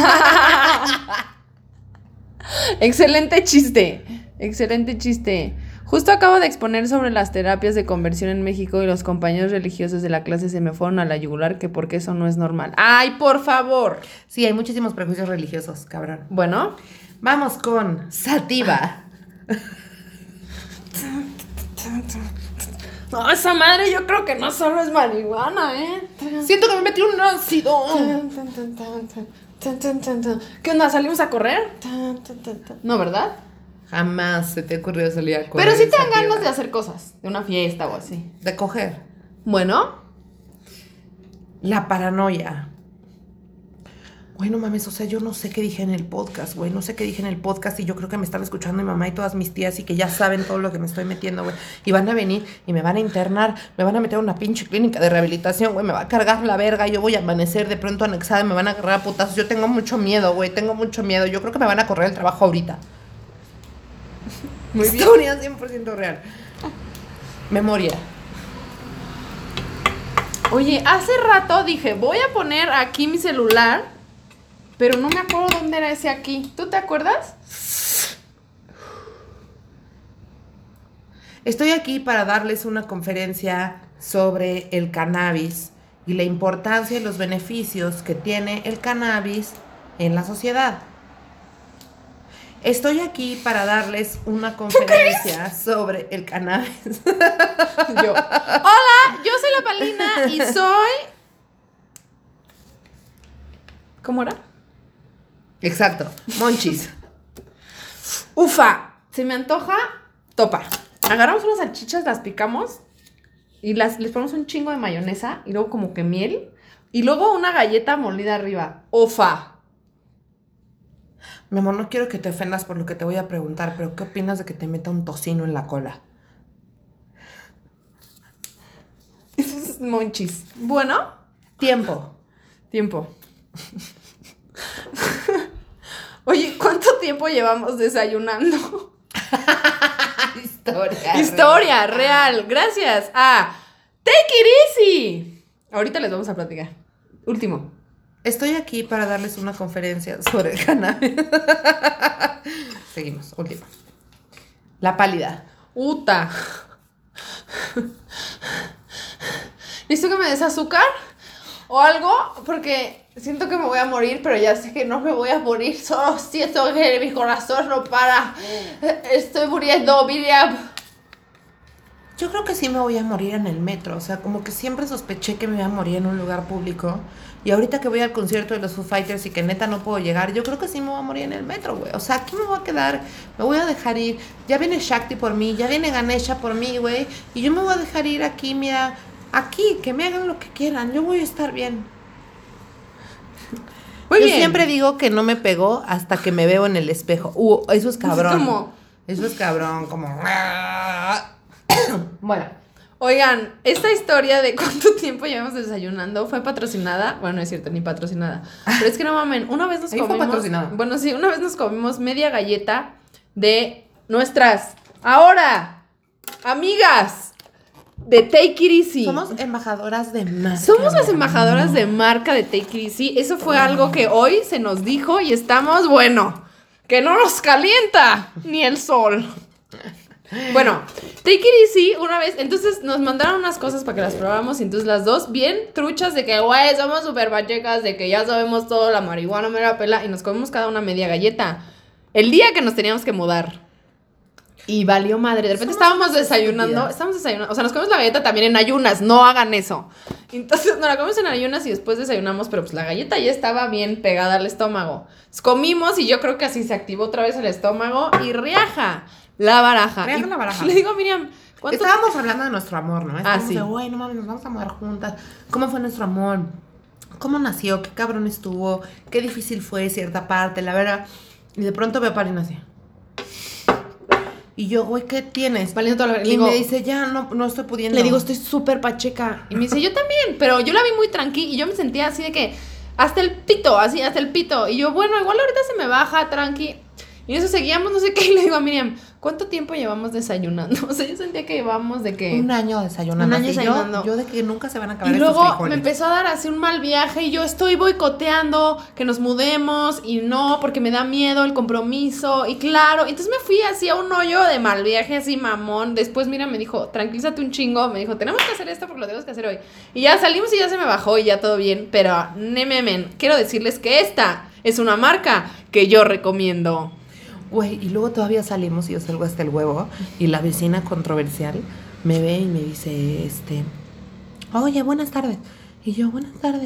Excelente chiste. Excelente chiste. Justo acabo de exponer sobre las terapias de conversión en México y los compañeros religiosos de la clase se me fueron a la yugular que porque eso no es normal. ¡Ay, por favor! Sí, hay muchísimos prejuicios religiosos, cabrón. Bueno, Vamos con Sativa. no, esa madre yo creo que no solo es marihuana, ¿eh? Siento que me metí un ácido. ¿Qué onda? ¿Salimos a correr? No, ¿verdad? Jamás se te ha ocurrido salir a correr. Pero sí te dan esa ganas tierra. de hacer cosas, de una fiesta o así. De coger. Bueno, La paranoia. Güey, no mames, o sea, yo no sé qué dije en el podcast, güey. No sé qué dije en el podcast y yo creo que me están escuchando mi mamá y todas mis tías y que ya saben todo lo que me estoy metiendo, güey. Y van a venir y me van a internar, me van a meter a una pinche clínica de rehabilitación, güey. Me va a cargar la verga, yo voy a amanecer de pronto anexada y me van a agarrar a putazos. Yo tengo mucho miedo, güey, tengo mucho miedo. Yo creo que me van a correr el trabajo ahorita. muy bien. Historia cien por ciento real. Memoria. Oye, hace rato dije, voy a poner aquí mi celular, pero no me acuerdo dónde era ese aquí. ¿Tú te acuerdas? Estoy aquí para darles una conferencia sobre el cannabis y la importancia y los beneficios que tiene el cannabis en la sociedad. Estoy aquí para darles una conferencia sobre el cannabis. Yo. Hola, yo soy la Palina y soy... ¿Cómo era? Exacto, monchis. Ufa, se me antoja topa. Agarramos unas salchichas, las picamos y las, les ponemos un chingo de mayonesa y luego como que miel y luego una galleta molida arriba. Ufa. Mi amor, no quiero que te ofendas por lo que te voy a preguntar, pero ¿qué opinas de que te meta un tocino en la cola? Monchis. Bueno, Tiempo. tiempo. Oye, ¿cuánto tiempo llevamos desayunando? Historia. Historia real. Gracias a Take It Easy. Ahorita les vamos a platicar. Último. Estoy aquí para darles una conferencia sobre el cannabis. Seguimos, última. La pálida. Uta. ¿Listo que me des azúcar? ¿O algo? Porque siento que me voy a morir, pero ya sé que no me voy a morir. Solo siento que mi corazón no para. Estoy muriendo, Miriam. Yo creo que sí me voy a morir en el metro. O sea, como que siempre sospeché que me iba a morir en un lugar público. Y ahorita que voy al concierto de los Foo Fighters y que neta no puedo llegar, yo creo que sí me voy a morir en el metro, güey. O sea, aquí me voy a quedar, me voy a dejar ir. Ya viene Shakti por mí, ya viene Ganesha por mí, güey. Y yo me voy a dejar ir aquí, mira, aquí, que me hagan lo que quieran. Yo voy a estar bien. Muy yo bien. siempre digo que no me pegó hasta que me veo en el espejo. Uh, eso es cabrón. Es como- Eso es cabrón, como... Bueno. Oigan, esta historia de cuánto tiempo llevamos desayunando fue patrocinada. Bueno, no es cierto, ni patrocinada. Pero es que no mamen, una vez nos Ahí fue comimos. patrocinada. Bueno, sí, una vez nos comimos media galleta de nuestras, ahora, amigas de Take It Easy. Somos embajadoras de marca. Somos las mi embajadoras amor. de marca de Take It Easy. Eso fue algo que hoy se nos dijo y estamos, bueno, que no nos calienta ni el sol. Bueno, Take It Easy una vez, entonces nos mandaron unas cosas para que las probáramos y entonces las dos bien truchas de que, güey, somos súper pachecas, de que ya sabemos todo, la marihuana me la pela y nos comimos cada una media galleta. El día que nos teníamos que mudar. Y valió madre. De repente Somos estábamos unas desayunando. estúpidas. Estábamos desayunando. O sea, nos comimos la galleta también en ayunas. No hagan eso. Entonces nos la comimos en ayunas y después desayunamos. Pero pues la galleta ya estaba bien pegada al estómago. Entonces, comimos y yo creo que así se activó otra vez el estómago. Y riaja la baraja. Riaja Y la baraja. Le digo a Miriam, ¿cuánto? Estábamos hablando de nuestro amor, ¿no? Estábamos sí. de, güey, no mames, nos vamos a mudar juntas. ¿Cómo fue nuestro amor? ¿Cómo nació? ¿Qué cabrón estuvo? ¿Qué difícil fue cierta parte? La verdad. Y de pronto veo a Palina así. Y yo, güey, ¿qué tienes? Valiendo toda la verga. Le Y digo- me dice, ya no, no estoy pudiendo. Le digo, estoy súper pacheca. Y me dice, yo también. Pero yo la vi muy tranqui y yo me sentía así de que hasta el pito, así, hasta el pito. Y yo, bueno, igual ahorita se me baja, tranqui. Y en eso seguíamos, no sé qué. Y le digo a Miriam, ¿cuánto tiempo llevamos desayunando? O sea, yo sentía que llevamos de que... Un año desayunando. Un año así. desayunando. Yo, yo de que nunca se van a acabar Y estos luego frijoles. me empezó a dar así un mal viaje y yo estoy boicoteando que nos mudemos y no, porque me da miedo el compromiso y claro, entonces me fui así a un hoyo de mal viaje así mamón. Después mira me dijo, tranquilízate un chingo, me dijo, tenemos que hacer esto porque lo tenemos que hacer hoy. Y ya salimos y ya se me bajó y ya todo bien, pero nememen, quiero decirles que esta es una marca que yo recomiendo. Güey, y luego todavía salimos y yo salgo hasta el huevo y la vecina controversial me ve y me dice, este, oye, buenas tardes. Y yo, buenas tardes.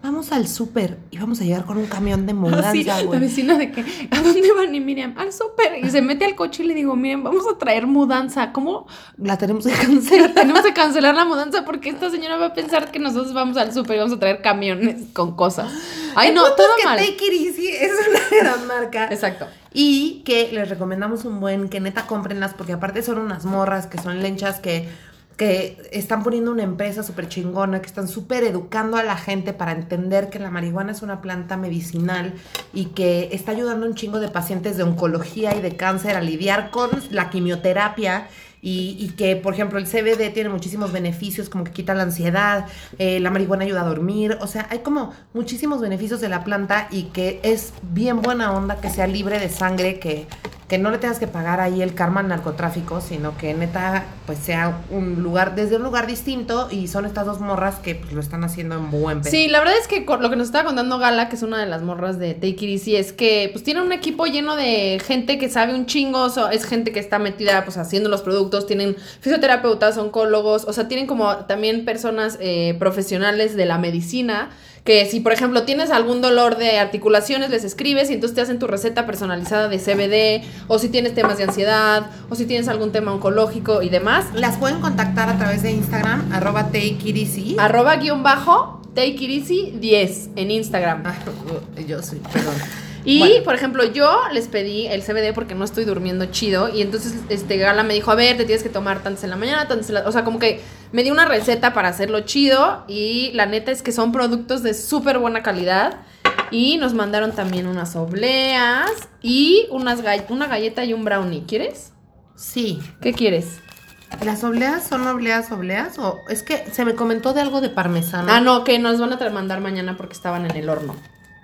vamos al súper y vamos a llegar con un camión de mudanza, Así, güey. la vecina de que, ¿a dónde van? Y Miriam, al súper. Y se mete al coche y le digo, Miriam, vamos a traer mudanza. ¿Cómo? La tenemos que cancelar. Tenemos que cancelar la mudanza porque esta señora va a pensar que nosotros vamos al súper y vamos a traer camiones con cosas. Ay, El no, punto todo es que mal. Take It Easy es una gran marca. Exacto. Y que les recomendamos un buen, que neta cómprenlas, porque aparte son unas morras que son lenchas que, que están poniendo una empresa súper chingona, que están súper educando a la gente para entender que la marihuana es una planta medicinal y que está ayudando a un chingo de pacientes de oncología y de cáncer a lidiar con la quimioterapia. Y, y que, por ejemplo, el C B D tiene muchísimos beneficios, como que quita la ansiedad, eh, la marihuana ayuda a dormir, o sea, hay como muchísimos beneficios de la planta y que es bien buena onda que sea libre de sangre, que, que no le tengas que pagar ahí el karma al narcotráfico, sino que neta, pues sea un lugar, desde un lugar distinto, y son estas dos morras que pues, lo están haciendo en buen pedo. Sí, la verdad es que con lo que nos estaba contando Gala, que es una de las morras de Take It Easy, es que pues tiene un equipo lleno de gente que sabe un chingo, so, es gente que está metida pues haciendo los productos, tienen fisioterapeutas, oncólogos, o sea, tienen como también personas eh, profesionales de la medicina, que si por ejemplo tienes algún dolor de articulaciones, les escribes y entonces te hacen tu receta personalizada de C B D, o si tienes temas de ansiedad, o si tienes algún tema oncológico y demás. Las pueden contactar a través de Instagram, arroba Take It Easy. Arroba guión bajo, Take It Easy diez en Instagram. Ah, yo sí, perdón. Y, Bueno. por ejemplo, yo les pedí el C B D porque no estoy durmiendo chido. Y entonces, este, Gala me dijo, a ver, te tienes que tomar tantos en la mañana, tantos en la... O sea, como que me dio una receta para hacerlo chido. Y la neta es que son productos de súper buena calidad. Y nos mandaron también unas obleas y unas gall- una galleta y un brownie. ¿Quieres? Sí. ¿Qué quieres? ¿Las obleas son obleas, obleas? O es que se me comentó de algo de parmesano. Ah, no, que nos van a tra- mandar mañana porque estaban en el horno.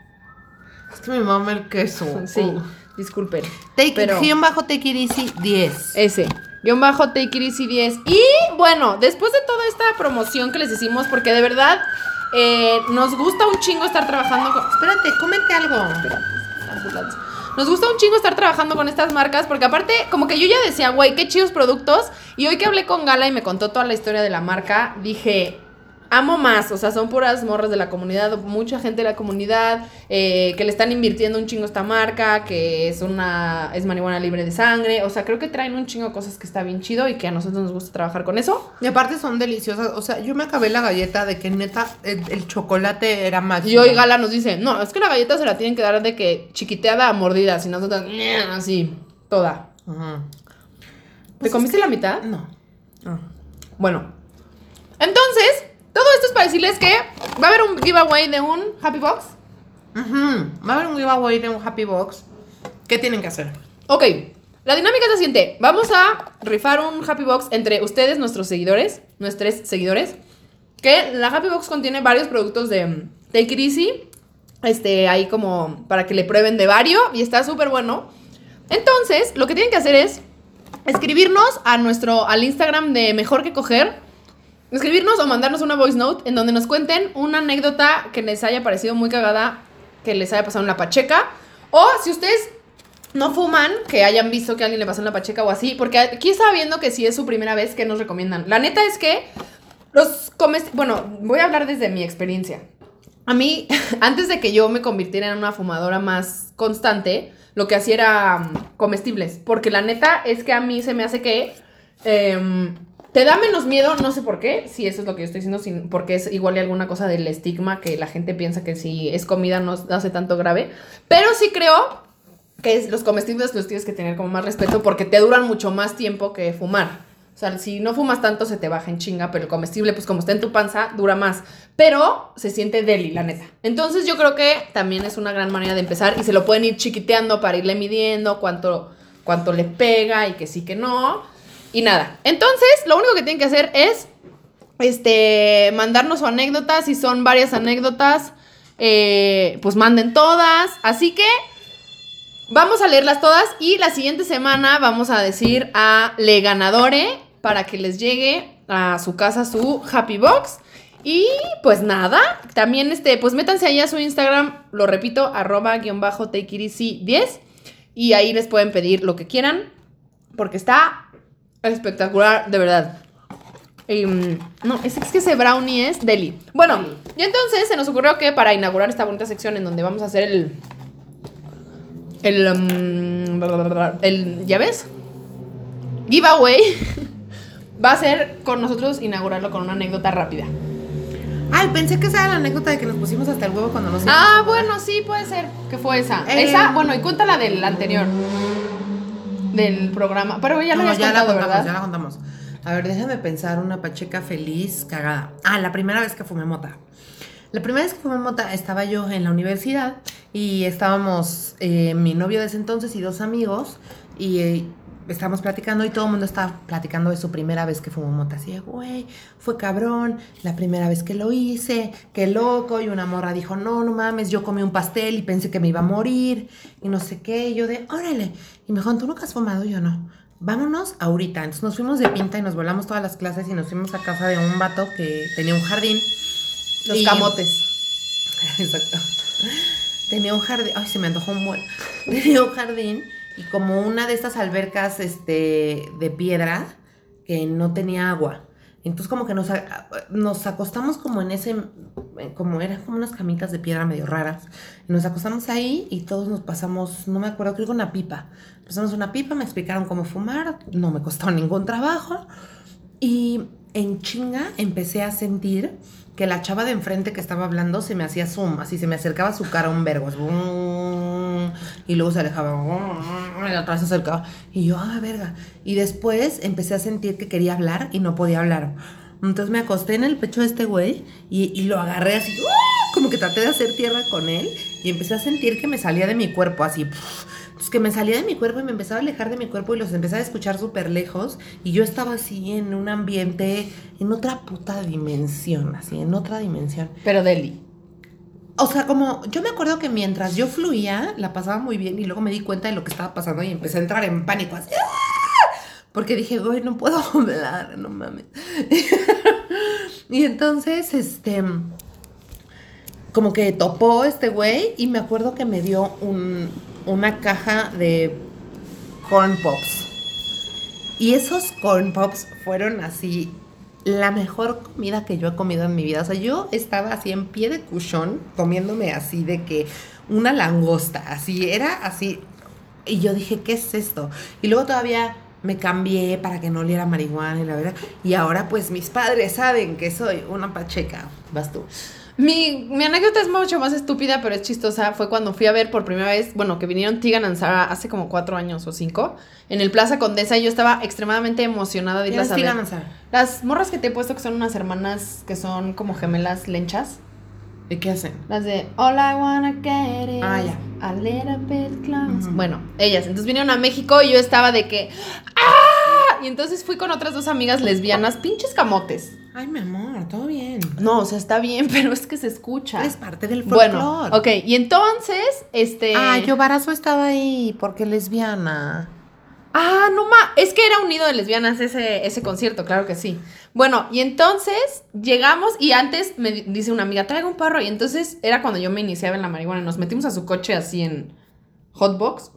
Es que me mama el queso. Sí, Uh. disculpen. Take, pero- guión bajo Take It Easy diez. Ese, guión bajo Take It Easy diez. Y bueno, después de toda esta promoción que les hicimos, porque de verdad eh, nos gusta un chingo estar trabajando con... Espérate, cómete algo. Espera, ambulancia. Nos gusta un chingo estar trabajando con estas marcas, porque aparte, como que yo ya decía, güey, qué chidos productos. Y hoy que hablé con Gala y me contó toda la historia de la marca, dije... Amo más, o sea, son puras morras de la comunidad, mucha gente de la comunidad eh, que le están invirtiendo un chingo a esta marca, que es una es marihuana libre de sangre, o sea, creo que traen un chingo de cosas que está bien chido y que a nosotros nos gusta trabajar con eso. Y aparte son deliciosas. O sea, yo me acabé la galleta de que neta el, el chocolate era mágico. Y hoy Gala nos dice, no, es que la galleta se la tienen que dar de que chiquiteada a mordida, si nosotros, así, toda. Ajá. ¿Te Pues comiste es que- la mitad? No. Ah. Bueno, entonces, todo esto es para decirles que va a haber un giveaway de un Happy Box. Ujú. Va a haber un giveaway de un Happy Box. ¿Qué tienen que hacer? Ok, la dinámica es la siguiente. Vamos a rifar un Happy Box entre ustedes, nuestros seguidores, nuestros seguidores. Que la Happy Box contiene varios productos de um, Take It Easy. Este, ahí como para que le prueben de varios. Y está súper bueno. Entonces, lo que tienen que hacer es escribirnos a nuestro, al Instagram de Mejor Que Coger. Escribirnos o mandarnos una voice note en donde nos cuenten una anécdota que les haya parecido muy cagada, que les haya pasado en la pacheca. O si ustedes no fuman, que hayan visto que a alguien le pasó en la pacheca o así. Porque aquí estaba viendo que si es su primera vez, ¿qué nos recomiendan? La neta es que los comestibles... Bueno, voy a hablar desde mi experiencia. A mí, antes de que yo me convirtiera en una fumadora más constante, lo que hacía era um, comestibles. Porque la neta es que a mí se me hace que... Eh, te da menos miedo, no sé por qué, si eso es lo que yo estoy diciendo, sin, porque es igual y alguna cosa del estigma que la gente piensa que si es comida no hace tanto grave. Pero sí creo que es, los comestibles los tienes que tener como más respeto porque te duran mucho más tiempo que fumar. O sea, si no fumas tanto se te baja en chinga, pero el comestible, pues como está en tu panza, dura más. Pero se siente deli, la neta. Entonces yo creo que también es una gran manera de empezar y se lo pueden ir chiquiteando para irle midiendo cuánto, cuánto le pega y que sí que no. Y nada, entonces lo único que tienen que hacer es este, mandarnos su anécdota. Si son varias anécdotas, eh, pues manden todas. Así que vamos a leerlas todas y la siguiente semana vamos a decir a le ganadore para que les llegue a su casa su Happy Box. Y pues nada, también este, pues métanse ahí a su Instagram, lo repito, arroba guión bajo take it easy diez. Y ahí les pueden pedir lo que quieran porque está... espectacular, de verdad. Y, mm, no, es, es que ese brownie es deli. Bueno, Deli. y entonces se nos ocurrió que para inaugurar esta bonita sección en donde vamos a hacer el... El... um, el ¿ya ves? Giveaway. Va a ser con nosotros inaugurarlo con una anécdota rápida. Ay, pensé que esa era la anécdota de que nos pusimos hasta el huevo cuando nos íbamos Ah, a mudar. bueno, sí, puede ser que fue esa. Eh, Esa, bueno, y cuéntala del anterior. Del programa. Pero ya lo No, habías ya la contado, contamos, ¿verdad? ya la contamos. A ver, déjame pensar una pacheca feliz, cagada. Ah, la primera vez que fumé mota. La primera vez que fumé mota estaba yo en la universidad y estábamos, eh, mi novio de ese entonces y dos amigos, y eh, estábamos platicando y todo el mundo estaba platicando de su primera vez que fumó mota. Así de, güey, fue cabrón, la primera vez que lo hice, qué loco. Y una morra dijo, no, no mames, yo comí un pastel y pensé que me iba a morir y no sé qué. Y yo de, órale. Y me dijo, ¿tú nunca has fumado? Y yo no. Vámonos ahorita. Entonces nos fuimos de pinta y nos volamos todas las clases y nos fuimos a casa de un vato que tenía un jardín. Los Y- camotes. Exacto. Tenía un jardín. Ay, se me antojó un buen. Tenía un jardín y como una de estas albercas este, de piedra que no tenía agua. Entonces como que nos, a- nos acostamos como en ese, como eran como unas camitas de piedra medio raras. Y nos acostamos ahí y todos nos pasamos, no me acuerdo, creo que una pipa. Pasamos una pipa, me explicaron cómo fumar, no me costó ningún trabajo. Y en chinga empecé a sentir que la chava de enfrente que estaba hablando se me hacía zoom, así se me acercaba su cara un vergo, así, bum, y luego se alejaba, bum, y otra vez se acercaba, y yo, ah, verga. Y después empecé a sentir que quería hablar y no podía hablar. Entonces me acosté en el pecho de este güey y, y lo agarré así, ¡uh! Como que traté de hacer tierra con él y empecé a sentir que me salía de mi cuerpo, así, ¡puf! Pues que me salía de mi cuerpo y me empezaba a alejar de mi cuerpo y los empezaba a escuchar súper lejos y yo estaba así en un ambiente, en otra puta dimensión, así, en otra dimensión. Pero deli. O sea, como yo me acuerdo que mientras yo fluía, la pasaba muy bien y luego me di cuenta de lo que estaba pasando y empecé a entrar en pánico, así, ¡ah! Porque dije, güey, no puedo hablar, no mames. Y entonces, este... como que topó este güey y me acuerdo que me dio un, una caja de corn pops. Y esos corn pops fueron así la mejor comida que yo he comido en mi vida. O sea, yo estaba así en pie de cuchón comiéndome así de que una langosta, así, era así. Y yo dije, ¿qué es esto? Y luego todavía me cambié para que no oliera marihuana y la verdad. Y ahora pues mis padres saben que soy una pacheca. Vas tú. Mi, mi anécdota es mucho más estúpida, pero es chistosa. Fue cuando fui a ver por primera vez, bueno, que vinieron Tegan and Sara hace como cuatro años o cinco, en el Plaza Condesa, y yo estaba extremadamente emocionada de irlas a ver. Tegan and Sara? Las morras que te he puesto que son unas hermanas que son como gemelas lenchas. ¿Y qué hacen? Las de All I Wanna Get Is Ah, ya. A Little Bit Close. Ujú. Bueno, ellas. Entonces vinieron a México y yo estaba de que ¡ah! Y entonces fui con otras dos amigas lesbianas, pinches camotes. Ay, mi amor, todo bien. No, o sea, está bien, pero es que se escucha. Es parte del folclore. Bueno, ok, y entonces, este... Ah, yo Barazo estaba ahí porque lesbiana. Ah, no ma, es que era un nido de lesbianas ese, ese concierto, claro que sí. Bueno, y entonces llegamos y antes me di- dice una amiga, traiga un porro. Y entonces era cuando yo me iniciaba en la marihuana. Nos metimos a su coche así en hotbox.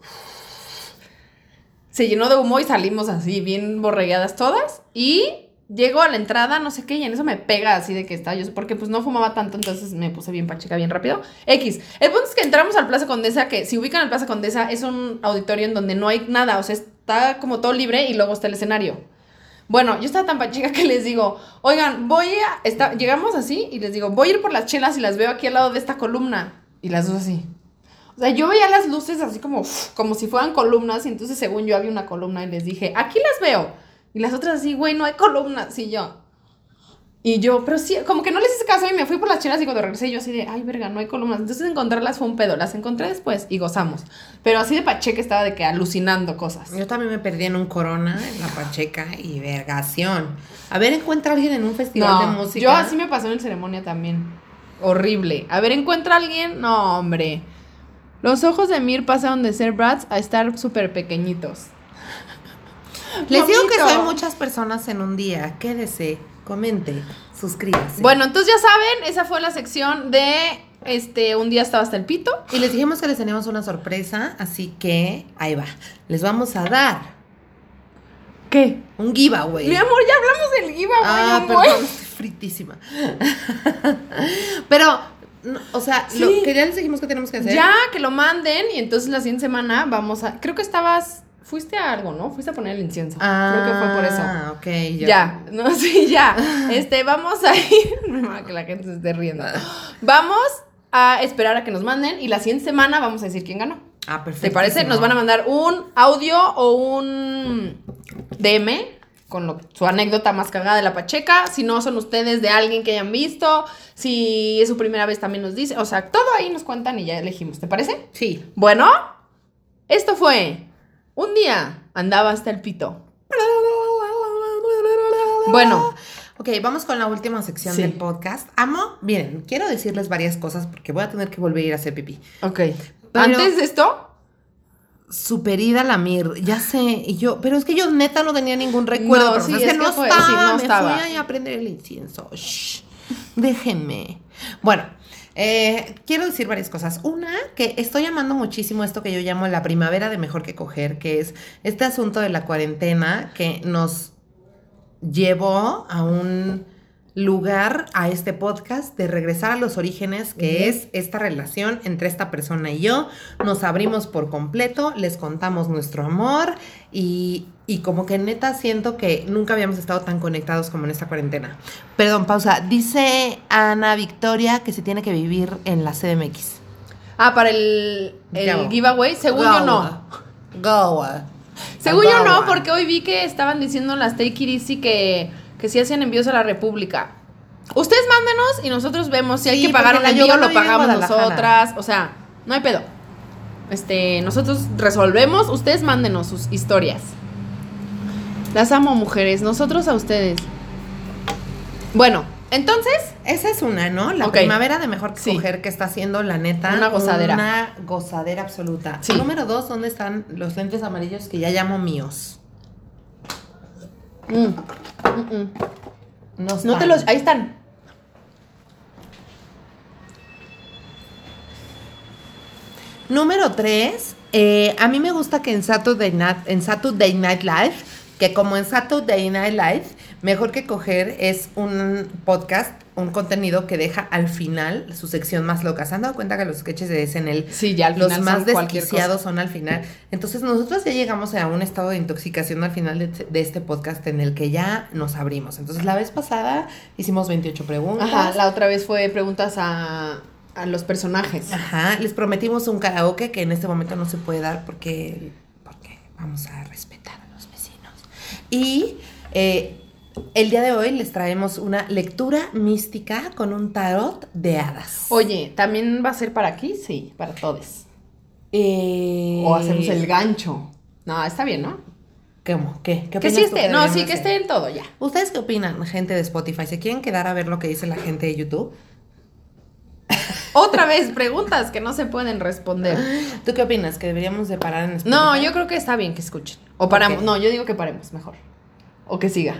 Se llenó de humo y salimos así, bien borregueadas todas. Y llego a la entrada, no sé qué, y en eso me pega así de que estaba yo, porque pues no fumaba tanto, entonces me puse bien pacheca, bien rápido. X. El punto es que entramos al Plaza Condesa, que si ubican el Plaza Condesa, es un auditorio en donde no hay nada, o sea, está como todo libre y luego está el escenario. Bueno, yo estaba tan pacheca que les digo, oigan, voy a... Está, llegamos así y les digo, voy a ir por las chelas y las veo aquí al lado de esta columna. Y las dos así. O sea, yo veía las luces así como, como si fueran columnas, y entonces según yo había una columna y les dije, aquí las veo. Y las otras así, güey, no hay columnas. Y yo, y yo, pero sí, como que no les hice caso y me fui por las chelas y cuando regresé yo así de, ay, verga, no hay columnas. Entonces encontrarlas fue un pedo, las encontré después y gozamos. Pero así de pacheca estaba de que alucinando cosas. Yo también me perdí en un Corona, en la Pacheca y vergación. A ver, encuentra a alguien en un festival de No, música. yo así me pasó en el ceremonia también. Horrible. A ver, encuentra a alguien. No, hombre. Los ojos de Mir pasaron de ser brats a estar súper pequeñitos. Les digo que Mamito. soy muchas personas en un día. Quédese, comente, suscríbase. Bueno, entonces ya saben, esa fue la sección de este un día estaba hasta el pito. Y les dijimos que les teníamos una sorpresa, así que ahí va. Les vamos a dar ¿Qué? Un giveaway. Mi amor, ya hablamos del giveaway. Ah, un perdón, buen. estoy fritísima. Pero, no, o sea, Sí. lo que ya les dijimos que tenemos que hacer. Ya, que lo manden y entonces la siguiente semana vamos a... Creo que estabas... Fuiste a algo, ¿no? Fuiste a poner el incienso. Ah, Creo que fue por eso. Ah, ok. Ya. Ya, no, sí, ya. Este, vamos a ir... Me mama que la gente se esté riendo. Vamos a esperar a que nos manden y la siguiente semana vamos a decir quién ganó. Ah, perfecto. ¿Te parece? Nos van a mandar un audio o un D M con lo- su anécdota más cagada de la Pacheca. Si no, son ustedes de alguien que hayan visto. Si es su primera vez, también nos dice. O sea, todo ahí nos cuentan y ya elegimos. ¿Te parece? Sí. Bueno, esto fue Un día andaba hasta el pito. Bueno, Ok, vamos con la última sección Sí. del podcast. Amo, miren, quiero decirles varias cosas porque voy a tener que volver a ir a hacer pipí. ok. Pero- Antes de esto, Super ida la Mir, ya sé, y yo, pero es que yo neta no tenía ningún recuerdo, No, pero sí, es, es que, que no, fue- estaba, sí, no me estaba. fui a aprender el incienso. Shh, déjenme. Bueno, eh, quiero decir varias cosas. Una, que estoy amando muchísimo esto que yo llamo la primavera de mejor que coger, que es este asunto de la cuarentena que nos llevó a un lugar, a este podcast, de regresar a los orígenes, que Ujú. es esta relación entre esta persona y yo. Nos abrimos por completo, les contamos nuestro amor y, y como que neta siento que nunca habíamos estado tan conectados como en esta cuarentena. Perdón, pausa. Dice Ana Victoria que se tiene que vivir en la C D M X. ah, para el, el Go. giveaway, según yo no. Goa. Según yo no, Goa. porque hoy vi que estaban diciendo las Take It Easy que, que sí hacían envíos a la República. Ustedes mándenos y nosotros vemos si hay Sí, que pagar porque un la envío, Giovanna lo vive en pagamos Guadalajara. nosotras. O sea, no hay pedo. Este, nosotros resolvemos, ustedes mándenos sus historias. Las amo, mujeres, nosotros a ustedes. Bueno, entonces, Esa es una, ¿no? La Ok. primavera de mejor que Sí. coger, que está haciendo la neta. Una gozadera. Una gozadera absoluta. Sí. Número dos, ¿dónde están los lentes amarillos que ya llamo míos? mm, mm, mm. No, no están. te los, ahí están. Número tres, eh, a mí me gusta que en Saturday Night, en Saturday Night Live, que como en Saturday Night Live, mejor que coger es un podcast, un contenido que deja al final su sección más loca. ¿Se han dado cuenta que los sketches de S N L, Sí, ya al los final más son cualquier desquiciados son al final? Entonces nosotros ya llegamos a un estado de intoxicación al final de, de este podcast en el que ya nos abrimos. Entonces la vez pasada hicimos veintiocho preguntas. Ajá, la otra vez fue preguntas a, a los personajes. Ajá, les prometimos un karaoke que en este momento no se puede dar porque, porque vamos a respetar a los vecinos. Y eh, el día de hoy les traemos una lectura mística con un tarot de hadas. Oye, ¿también va a ser para aquí? Sí, para todos. Eh, O hacemos el gancho. No, está bien, ¿no? ¿Cómo? ¿Qué? ¿Qué Que opinas sí tú esté, no, deberíamos sí, que hacer? esté en todo ya. ¿Ustedes qué opinan, gente de Spotify? ¿Se quieren quedar a ver lo que dice la gente de YouTube? Otra vez, preguntas que no se pueden responder. ¿Tú qué opinas? ¿Que deberíamos de parar en Spotify? No, yo creo que está bien que escuchen. O paramos. Ok. No, yo digo que paremos mejor. O que siga.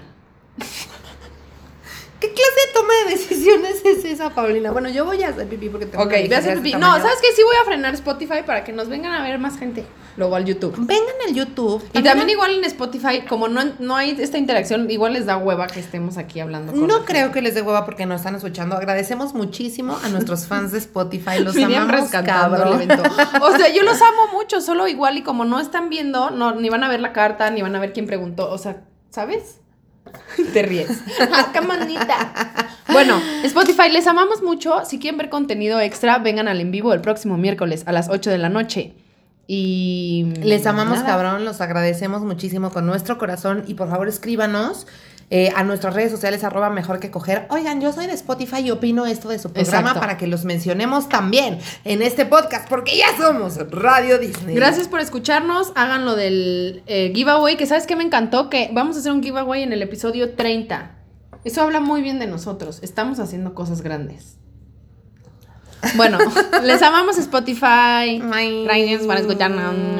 ¿Qué clase de toma de decisiones es esa, Paulina? Bueno, yo voy a hacer pipí porque tengo Ok, una voy a necesidad hacer de pipí. ese No, tamaño. ¿sabes qué? Sí voy a frenar Spotify para que nos vengan a ver más gente. Luego al YouTube. Vengan al YouTube. Y también igual en Spotify, como no, no hay esta interacción, igual les da hueva que estemos aquí hablando con la No gente. creo que les dé hueva porque nos están escuchando. Agradecemos muchísimo a nuestros fans de Spotify. Los Miriam amamos, rescatando cabrón. el evento. O sea, yo los amo mucho, solo igual y como no están viendo, no, ni van a ver la carta, ni van a ver quién preguntó. O sea, ¿sabes? Te ríes. ¡Ah, qué manita! Bueno, Spotify, les amamos mucho. Si quieren ver contenido extra, vengan al en vivo el próximo miércoles a las ocho de la noche. Y... Les amamos, nada. cabrón. Los agradecemos muchísimo con nuestro corazón. Y por favor, escríbanos eh, a nuestras redes sociales, arroba mejor que coger. Oigan, yo soy de Spotify y opino esto de su programa Exacto. para que los mencionemos también en este podcast, porque ya somos Radio Disney. Gracias por escucharnos. Hagan lo del eh, giveaway, que sabes que me encantó, que vamos a hacer un giveaway en el episodio treinta. Eso habla muy bien de nosotros. Estamos haciendo cosas grandes. Bueno, les amamos Spotify. Bye. Gracias por escucharnos.